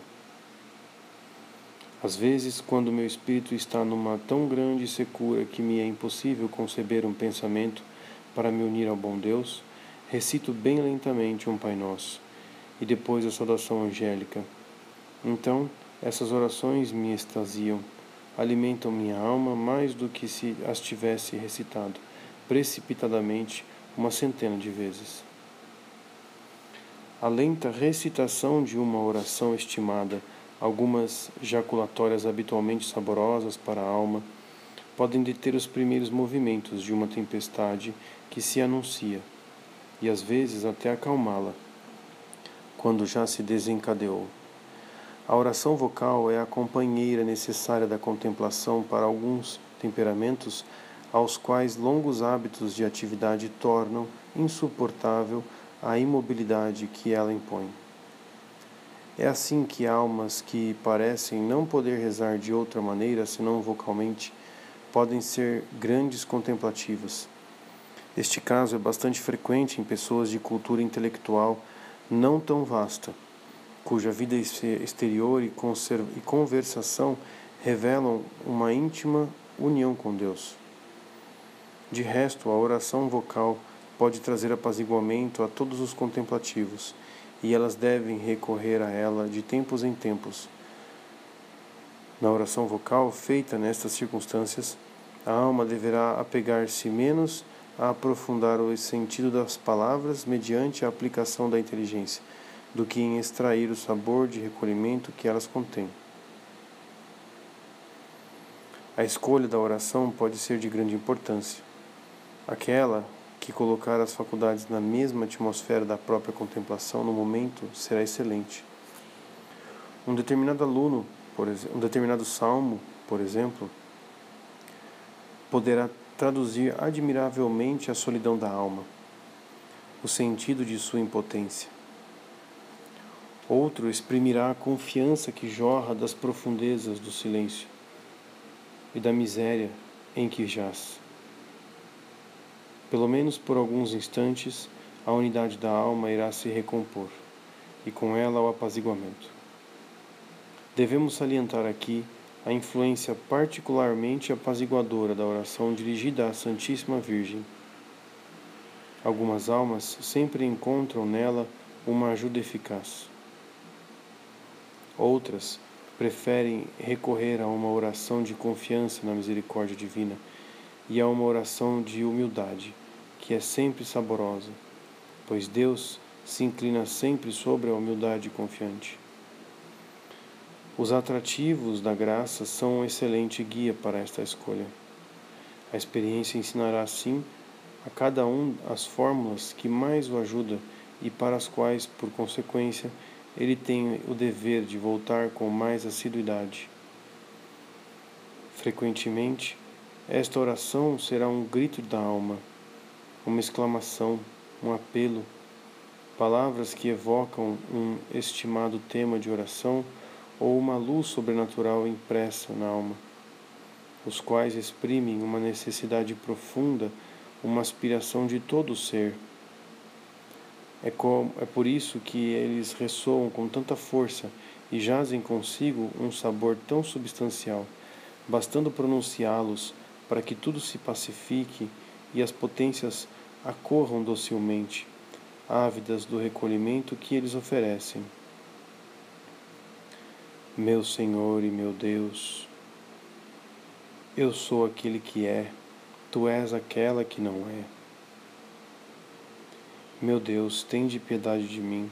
Às vezes, quando meu espírito está numa tão grande secura que me é impossível conceber um pensamento para me unir ao bom Deus, recito bem lentamente um Pai Nosso e depois a saudação angélica. Então, essas orações me extasiam, alimentam minha alma mais do que se as tivesse recitado precipitadamente uma centena de vezes. A lenta recitação de uma oração estimada, algumas jaculatórias habitualmente saborosas para a alma, podem deter os primeiros movimentos de uma tempestade que se anuncia, e às vezes até acalmá-la, quando já se desencadeou. A oração vocal é a companheira necessária da contemplação para alguns temperamentos aos quais longos hábitos de atividade tornam insuportável a imobilidade que ela impõe. É assim que almas que parecem não poder rezar de outra maneira senão vocalmente podem ser grandes contemplativas. Este caso é bastante frequente em pessoas de cultura intelectual não tão vasta, cuja vida exterior e conversação revelam uma íntima união com Deus. De resto, a oração vocal pode trazer apaziguamento a todos os contemplativos, e elas devem recorrer a ela de tempos em tempos. Na oração vocal, feita nestas circunstâncias, a alma deverá apegar-se menos a aprofundar o sentido das palavras mediante a aplicação da inteligência, do que em extrair o sabor de recolhimento que elas contêm. A escolha da oração pode ser de grande importância. Aquela que colocar as faculdades na mesma atmosfera da própria contemplação no momento será excelente. Um determinado salmo, por exemplo, poderá traduzir admiravelmente a solidão da alma, o sentido de sua impotência. Outro exprimirá a confiança que jorra das profundezas do silêncio e da miséria em que jaz. Pelo menos por alguns instantes, a unidade da alma irá se recompor, e com ela o apaziguamento. Devemos salientar aqui a influência particularmente apaziguadora da oração dirigida à Santíssima Virgem. Algumas almas sempre encontram nela uma ajuda eficaz. Outras preferem recorrer a uma oração de confiança na misericórdia divina e a uma oração de humildade, que é sempre saborosa, pois Deus se inclina sempre sobre a humildade confiante. Os atrativos da graça são um excelente guia para esta escolha. A experiência ensinará, assim, a cada um as fórmulas que mais o ajudam e para as quais, por consequência, ele tem o dever de voltar com mais assiduidade. Frequentemente, esta oração será um grito da alma, uma exclamação, um apelo, palavras que evocam um estimado tema de oração ou uma luz sobrenatural impressa na alma, os quais exprimem uma necessidade profunda, uma aspiração de todo o ser. É por isso que eles ressoam com tanta força e jazem consigo um sabor tão substancial, bastando pronunciá-los para que tudo se pacifique e as potências acorram docilmente, ávidas do recolhimento que eles oferecem. Meu Senhor e meu Deus, eu sou aquele que é, tu és aquela que não é. Meu Deus, tende piedade de mim.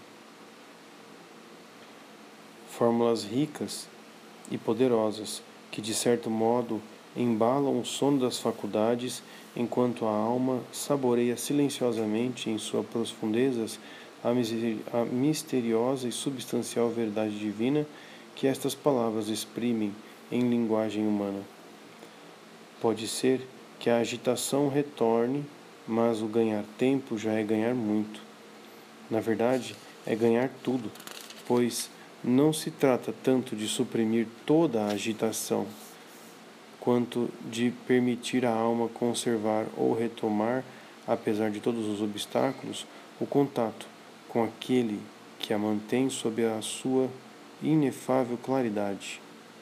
Fórmulas ricas e poderosas que, de certo modo, embalam o sono das faculdades, enquanto a alma saboreia silenciosamente em suas profundezas a misteriosa e substancial verdade divina que estas palavras exprimem em linguagem humana. Pode ser que a agitação retorne, mas o ganhar tempo já é ganhar muito. Na verdade, é ganhar tudo, pois não se trata tanto de suprimir toda a agitação, quanto de permitir à alma conservar ou retomar, apesar de todos os obstáculos, o contato com aquele que a mantém sob a sua inefável claridade.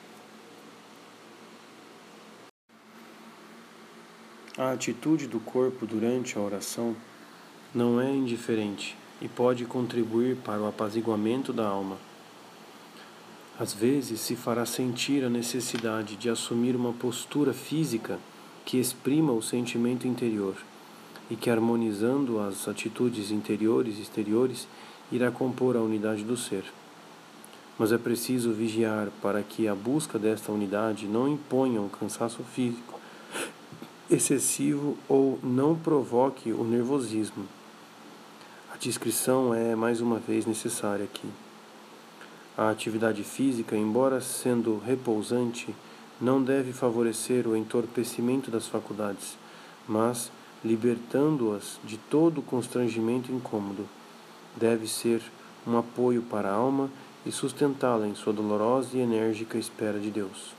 A atitude do corpo durante a oração não é indiferente e pode contribuir para o apaziguamento da alma. Às vezes se fará sentir a necessidade de assumir uma postura física que exprima o sentimento interior e que, harmonizando as atitudes interiores e exteriores, irá compor a unidade do ser. Mas é preciso vigiar para que a busca desta unidade não imponha um cansaço físico excessivo ou não provoque o nervosismo. A discrição é, mais uma vez, necessária aqui. A atividade física, embora sendo repousante, não deve favorecer o entorpecimento das faculdades, mas, libertando-as de todo constrangimento incômodo, deve ser um apoio para a alma e sustentá-la em sua dolorosa e enérgica espera de Deus.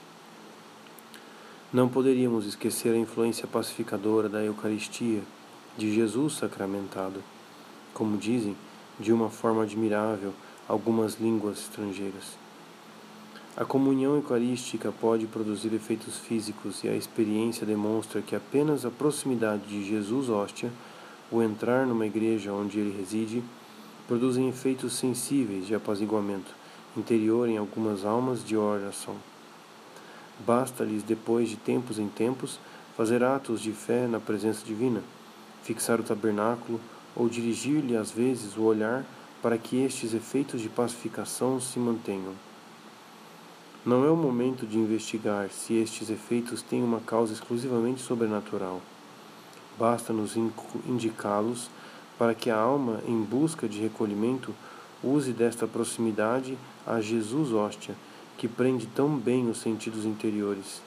Não poderíamos esquecer a influência pacificadora da Eucaristia, de Jesus sacramentado, como dizem, de uma forma admirável, algumas línguas estrangeiras. A comunhão eucarística pode produzir efeitos físicos e a experiência demonstra que apenas a proximidade de Jesus hóstia, o entrar numa igreja onde ele reside, produzem efeitos sensíveis de apaziguamento interior em algumas almas de oração. Basta-lhes, depois de tempos em tempos, fazer atos de fé na presença divina, fixar o tabernáculo ou dirigir-lhe às vezes o olhar para que estes efeitos de pacificação se mantenham. Não é o momento de investigar se estes efeitos têm uma causa exclusivamente sobrenatural. Basta-nos indicá-los para que a alma, em busca de recolhimento, use desta proximidade a Jesus hóstia, que prende tão bem os sentidos interiores.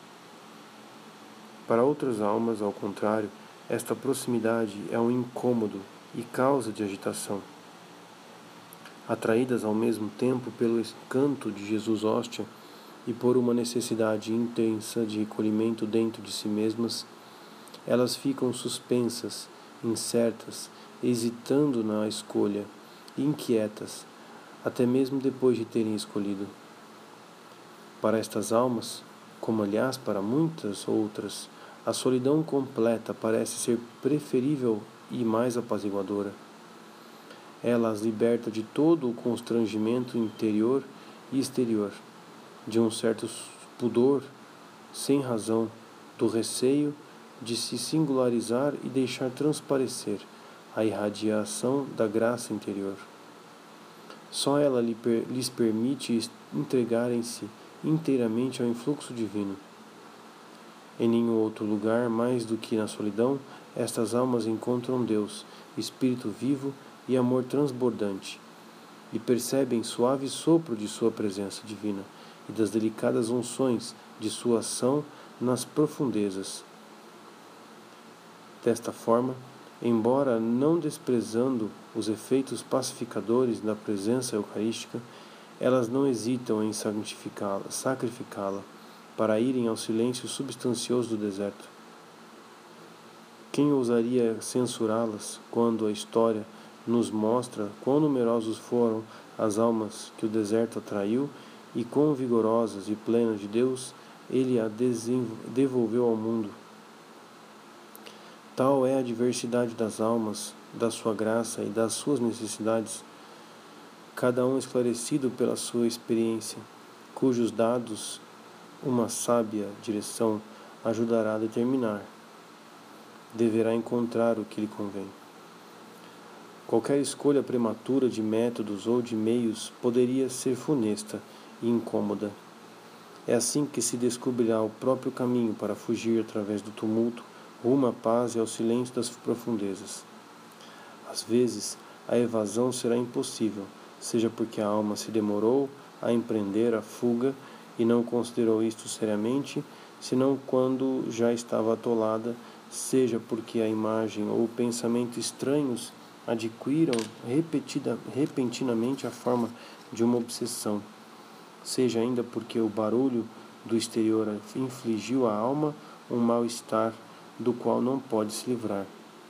Para outras almas, ao contrário, esta proximidade é um incômodo e causa de agitação. Atraídas ao mesmo tempo pelo encanto de Jesus hóstia e por uma necessidade intensa de recolhimento dentro de si mesmas, elas ficam suspensas, incertas, hesitando na escolha, inquietas, até mesmo depois de terem escolhido. Para estas almas, como aliás para muitas outras, a solidão completa parece ser preferível e mais apaziguadora. Ela as liberta de todo o constrangimento interior e exterior, de um certo pudor sem razão, do receio de se singularizar e deixar transparecer a irradiação da graça interior. Só ela lhes permite entregarem-se inteiramente ao influxo divino. Em nenhum outro lugar, mais do que na solidão, estas almas encontram Deus, Espírito vivo e amor transbordante, e percebem suave sopro de sua presença divina e das delicadas unções de sua ação nas profundezas. Desta forma, embora não desprezando os efeitos pacificadores da presença eucarística, elas não hesitam em sacrificá-la para irem ao silêncio substancioso do deserto. Quem ousaria censurá-las quando a história nos mostra quão numerosos foram as almas que o deserto atraiu e quão vigorosas e plenas de Deus ele a devolveu ao mundo? Tal é a diversidade das almas, da sua graça e das suas necessidades, cada um esclarecido pela sua experiência, cujos dados uma sábia direção ajudará a determinar. Deverá encontrar o que lhe convém. Qualquer escolha prematura de métodos ou de meios poderia ser funesta e incômoda. É assim que se descobrirá o próprio caminho para fugir através do tumulto, rumo à paz e ao silêncio das profundezas. Às vezes, a evasão será impossível, seja porque a alma se demorou a empreender a fuga e não considerou isto seriamente, senão quando já estava atolada, seja porque a imagem ou o pensamento estranhos adquiram repentinamente a forma de uma obsessão, seja ainda porque o barulho do exterior infligiu à alma um mal-estar do qual não pode se livrar.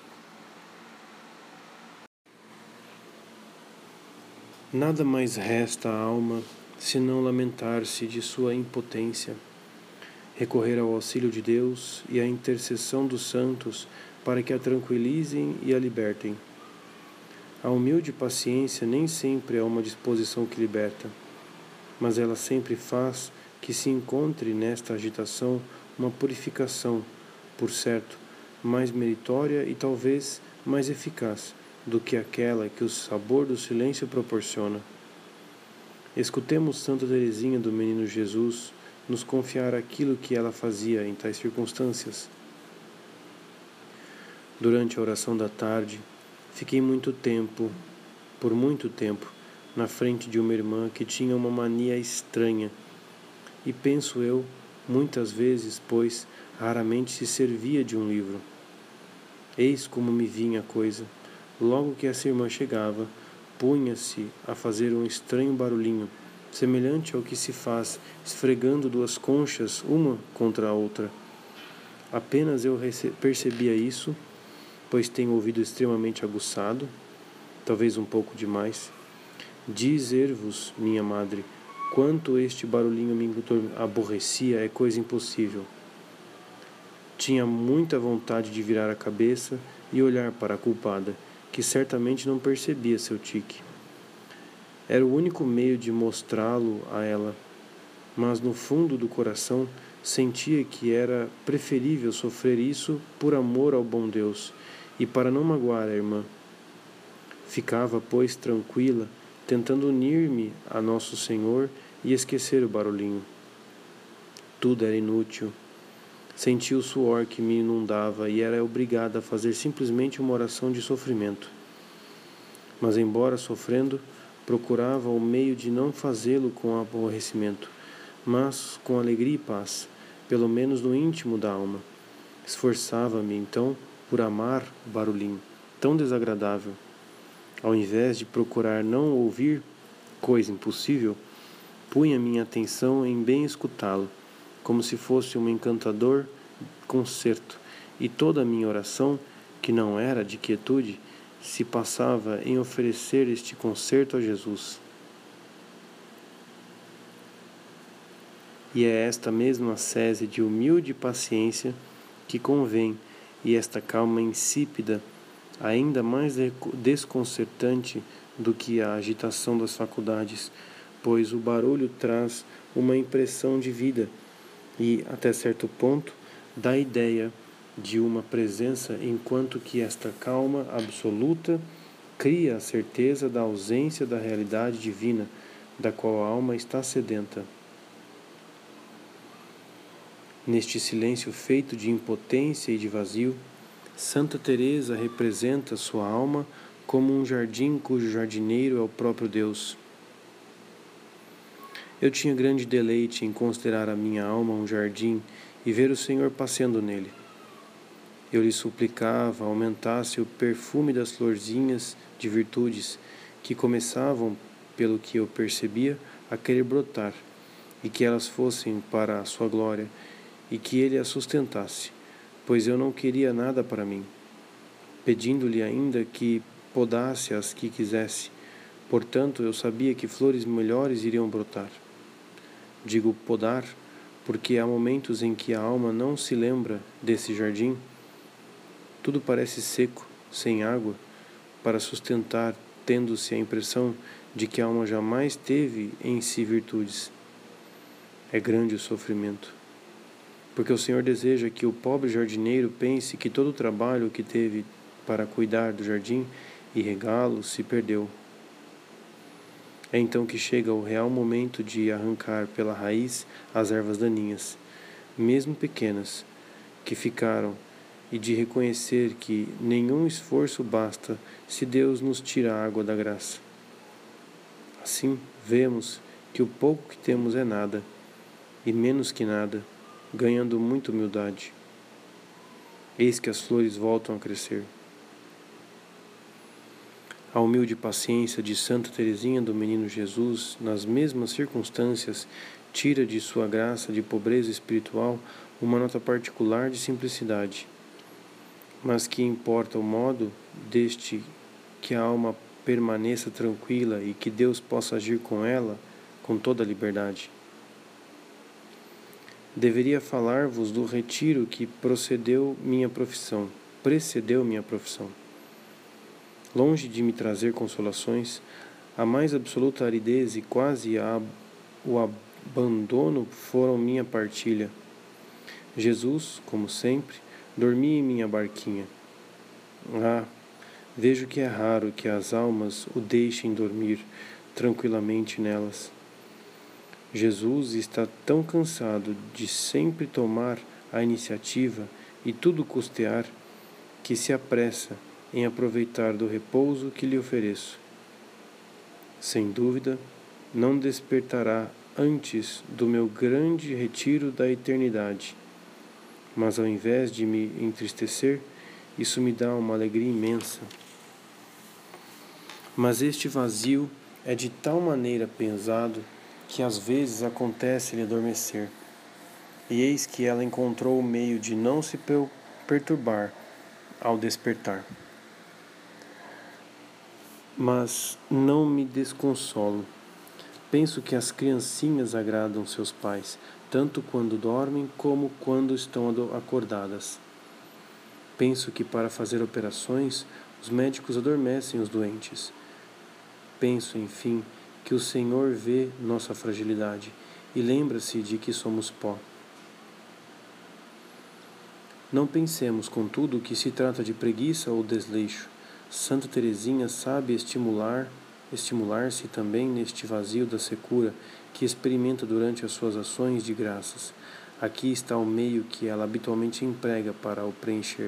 Nada mais resta à alma senão lamentar-se de sua impotência, recorrer ao auxílio de Deus e à intercessão dos santos para que a tranquilizem e a libertem. A humilde paciência nem sempre é uma disposição que liberta, mas ela sempre faz que se encontre nesta agitação uma purificação, por certo, mais meritória e talvez mais eficaz do que aquela que o sabor do silêncio proporciona. Escutemos Santa Teresinha do Menino Jesus nos confiar aquilo que ela fazia em tais circunstâncias. Durante a oração da tarde, fiquei por muito tempo, na frente de uma irmã que tinha uma mania estranha, e penso eu, muitas vezes, pois raramente se servia de um livro. Eis como me vinha a coisa. Logo que essa irmã chegava, punha-se a fazer um estranho barulhinho, semelhante ao que se faz esfregando duas conchas uma contra a outra. Apenas eu percebia isso, pois tenho o ouvido extremamente aguçado, talvez um pouco demais. Dizer-vos, minha madre, quanto este barulhinho me aborrecia é coisa impossível. Tinha muita vontade de virar a cabeça e olhar para a culpada, que certamente não percebia seu tique. Era o único meio de mostrá-lo a ela, mas no fundo do coração sentia que era preferível sofrer isso por amor ao bom Deus e para não magoar a irmã. Ficava, pois, tranquila, tentando unir-me a Nosso Senhor e esquecer o barulhinho. Tudo era inútil. Senti o suor que me inundava e era obrigada a fazer simplesmente uma oração de sofrimento. Mas, embora sofrendo, procurava o meio de não fazê-lo com aborrecimento, mas com alegria e paz, pelo menos no íntimo da alma. Esforçava-me, então, por amar o barulhinho, tão desagradável. Ao invés de procurar não ouvir, coisa impossível, punha minha atenção em bem escutá-lo, como se fosse um encantador concerto, e toda a minha oração, que não era de quietude, se passava em oferecer este concerto a Jesus. E é esta mesma sese de humilde paciência que convém, e esta calma insípida, ainda mais desconcertante do que a agitação das faculdades, pois o barulho traz uma impressão de vida e, até certo ponto, dá ideia de uma presença, enquanto que esta calma absoluta cria a certeza da ausência da realidade divina, da qual a alma está sedenta. Neste silêncio feito de impotência e de vazio, Santa Teresa representa sua alma como um jardim cujo jardineiro é o próprio Deus. Eu tinha grande deleite em considerar a minha alma um jardim e ver o Senhor passeando nele. Eu lhe suplicava aumentasse o perfume das florzinhas de virtudes que começavam, pelo que eu percebia, a querer brotar, e que elas fossem para a sua glória, e que ele as sustentasse, pois eu não queria nada para mim, pedindo-lhe ainda que podasse as que quisesse. Portanto, eu sabia que flores melhores iriam brotar. Digo podar, porque há momentos em que a alma não se lembra desse jardim. Tudo parece seco, sem água, para sustentar, tendo-se a impressão de que a alma jamais teve em si virtudes. É grande o sofrimento, porque o Senhor deseja que o pobre jardineiro pense que todo o trabalho que teve para cuidar do jardim e regá-lo se perdeu. É então que chega o real momento de arrancar pela raiz as ervas daninhas, mesmo pequenas, que ficaram, e de reconhecer que nenhum esforço basta se Deus nos tira a água da graça. Assim, vemos que o pouco que temos é nada, e menos que nada, ganhando muita humildade. Eis que as flores voltam a crescer. A humilde paciência de Santa Teresinha do Menino Jesus, nas mesmas circunstâncias, tira de sua graça de pobreza espiritual uma nota particular de simplicidade. Mas que importa o modo deste que a alma permaneça tranquila e que Deus possa agir com ela com toda a liberdade. Deveria falar-vos do retiro que precedeu minha profissão. Longe de me trazer consolações, a mais absoluta aridez e quase o abandono foram minha partilha. Jesus, como sempre, dormia em minha barquinha. Vejo que é raro que as almas o deixem dormir tranquilamente nelas. Jesus está tão cansado de sempre tomar a iniciativa e tudo custear, que se apressa em aproveitar do repouso que lhe ofereço. Sem dúvida, não despertará antes do meu grande retiro da eternidade, mas ao invés de me entristecer, isso me dá uma alegria imensa. Mas este vazio é de tal maneira pesado que às vezes acontece-lhe adormecer. E eis que ela encontrou o meio de não se perturbar ao despertar. Mas não me desconsolo. Penso que as criancinhas agradam seus pais, tanto quando dormem como quando estão acordadas. Penso que para fazer operações, os médicos adormecem os doentes. Penso, enfim, que o Senhor vê nossa fragilidade e lembra-se de que somos pó. Não pensemos, contudo, que se trata de preguiça ou desleixo. Santa Teresinha sabe estimular-se também neste vazio da secura que experimenta durante as suas ações de graças. Aqui está o meio que ela habitualmente emprega para o preencher.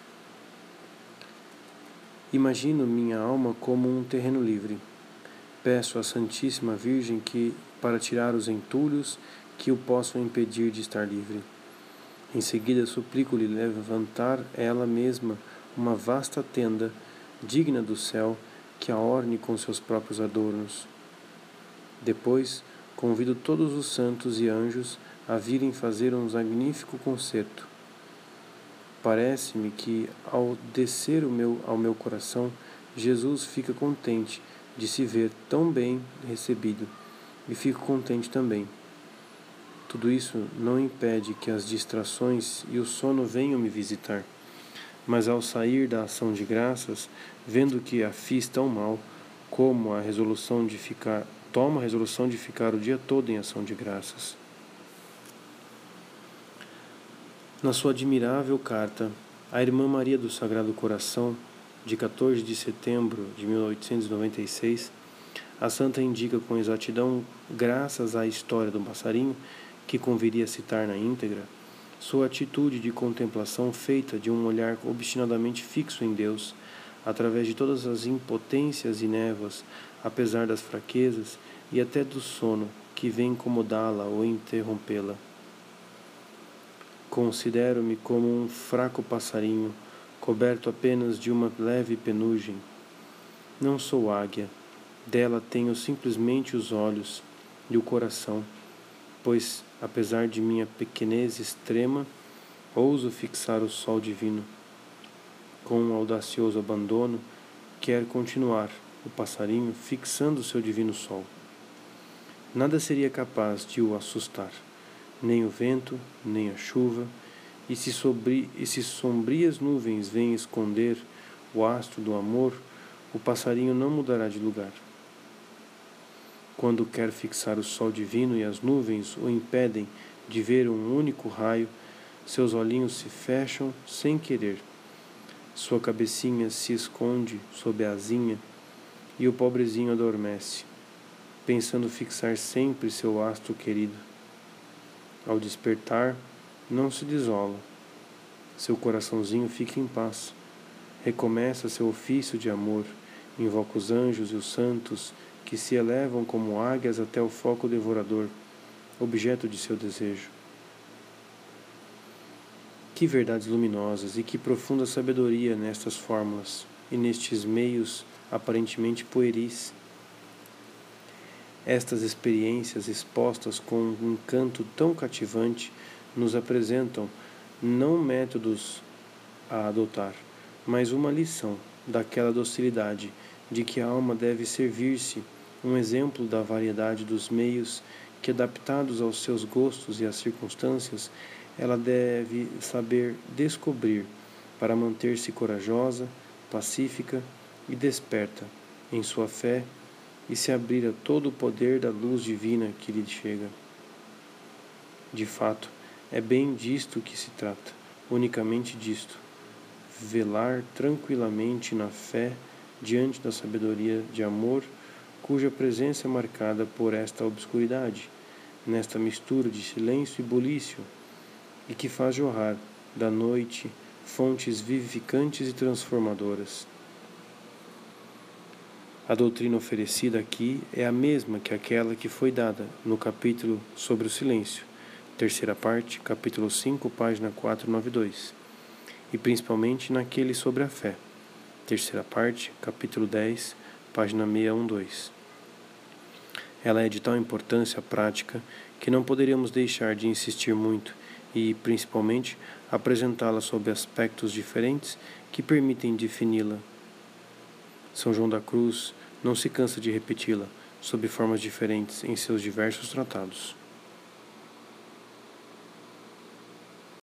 Imagino minha alma como um terreno livre. Peço à Santíssima Virgem para tirar os entulhos que o possam impedir de estar livre. Em seguida, suplico-lhe levantar ela mesma uma vasta tenda, digna do céu, que a orne com seus próprios adornos. Depois, convido todos os santos e anjos a virem fazer um magnífico concerto. Parece-me que, ao descer ao meu coração, Jesus fica contente de se ver tão bem recebido, e fico contente também. Tudo isso não impede que as distrações e o sono venham me visitar, mas ao sair da ação de graças, vendo que a fiz tão mal, tomo a resolução de ficar o dia todo em ação de graças. Na sua admirável carta, a Irmã Maria do Sagrado Coração, de 14 de setembro de 1896, a santa indica com exatidão, graças à história do passarinho, que conviria citar na íntegra, sua atitude de contemplação feita de um olhar obstinadamente fixo em Deus, através de todas as impotências e névoas, apesar das fraquezas e até do sono que vem incomodá-la ou interrompê-la. Considero-me como um fraco passarinho, coberto apenas de uma leve penugem. Não sou águia, dela tenho simplesmente os olhos e o coração, pois, apesar de minha pequenez extrema, ouso fixar o sol divino. Com um audacioso abandono, quer continuar, o passarinho, fixando seu divino sol. Nada seria capaz de o assustar, nem o vento, nem a chuva, e se sombrias nuvens vêm esconder o astro do amor, o passarinho não mudará de lugar. Quando quer fixar o sol divino e as nuvens o impedem de ver um único raio, seus olhinhos se fecham sem querer. Sua cabecinha se esconde sob a asinha e o pobrezinho adormece, pensando fixar sempre seu astro querido. Ao despertar, não se desola. Seu coraçãozinho fica em paz. Recomeça seu ofício de amor, invoca os anjos e os santos que se elevam como águias até o foco devorador, objeto de seu desejo. Que verdades luminosas e que profunda sabedoria nestas fórmulas e nestes meios aparentemente pueris. Estas experiências expostas com um encanto tão cativante nos apresentam não métodos a adotar, mas uma lição daquela docilidade de que a alma deve servir-se, um exemplo da variedade dos meios que, adaptados aos seus gostos e às circunstâncias, ela deve saber descobrir para manter-se corajosa, pacífica e desperta em sua fé e se abrir a todo o poder da luz divina que lhe chega. De fato, é bem disto que se trata, unicamente disto: velar tranquilamente na fé diante da sabedoria de amor, cuja presença é marcada por esta obscuridade, nesta mistura de silêncio e bulício, e que faz jorrar da noite fontes vivificantes e transformadoras. A doutrina oferecida aqui é a mesma que aquela que foi dada no capítulo sobre o silêncio, terceira parte, capítulo 5, página 492, e principalmente naquele sobre a fé, terceira parte, capítulo 10, página 612. Ela é de tal importância prática que não poderíamos deixar de insistir muito e, principalmente, apresentá-la sob aspectos diferentes que permitem defini-la. São João da Cruz não se cansa de repeti-la, sob formas diferentes, em seus diversos tratados.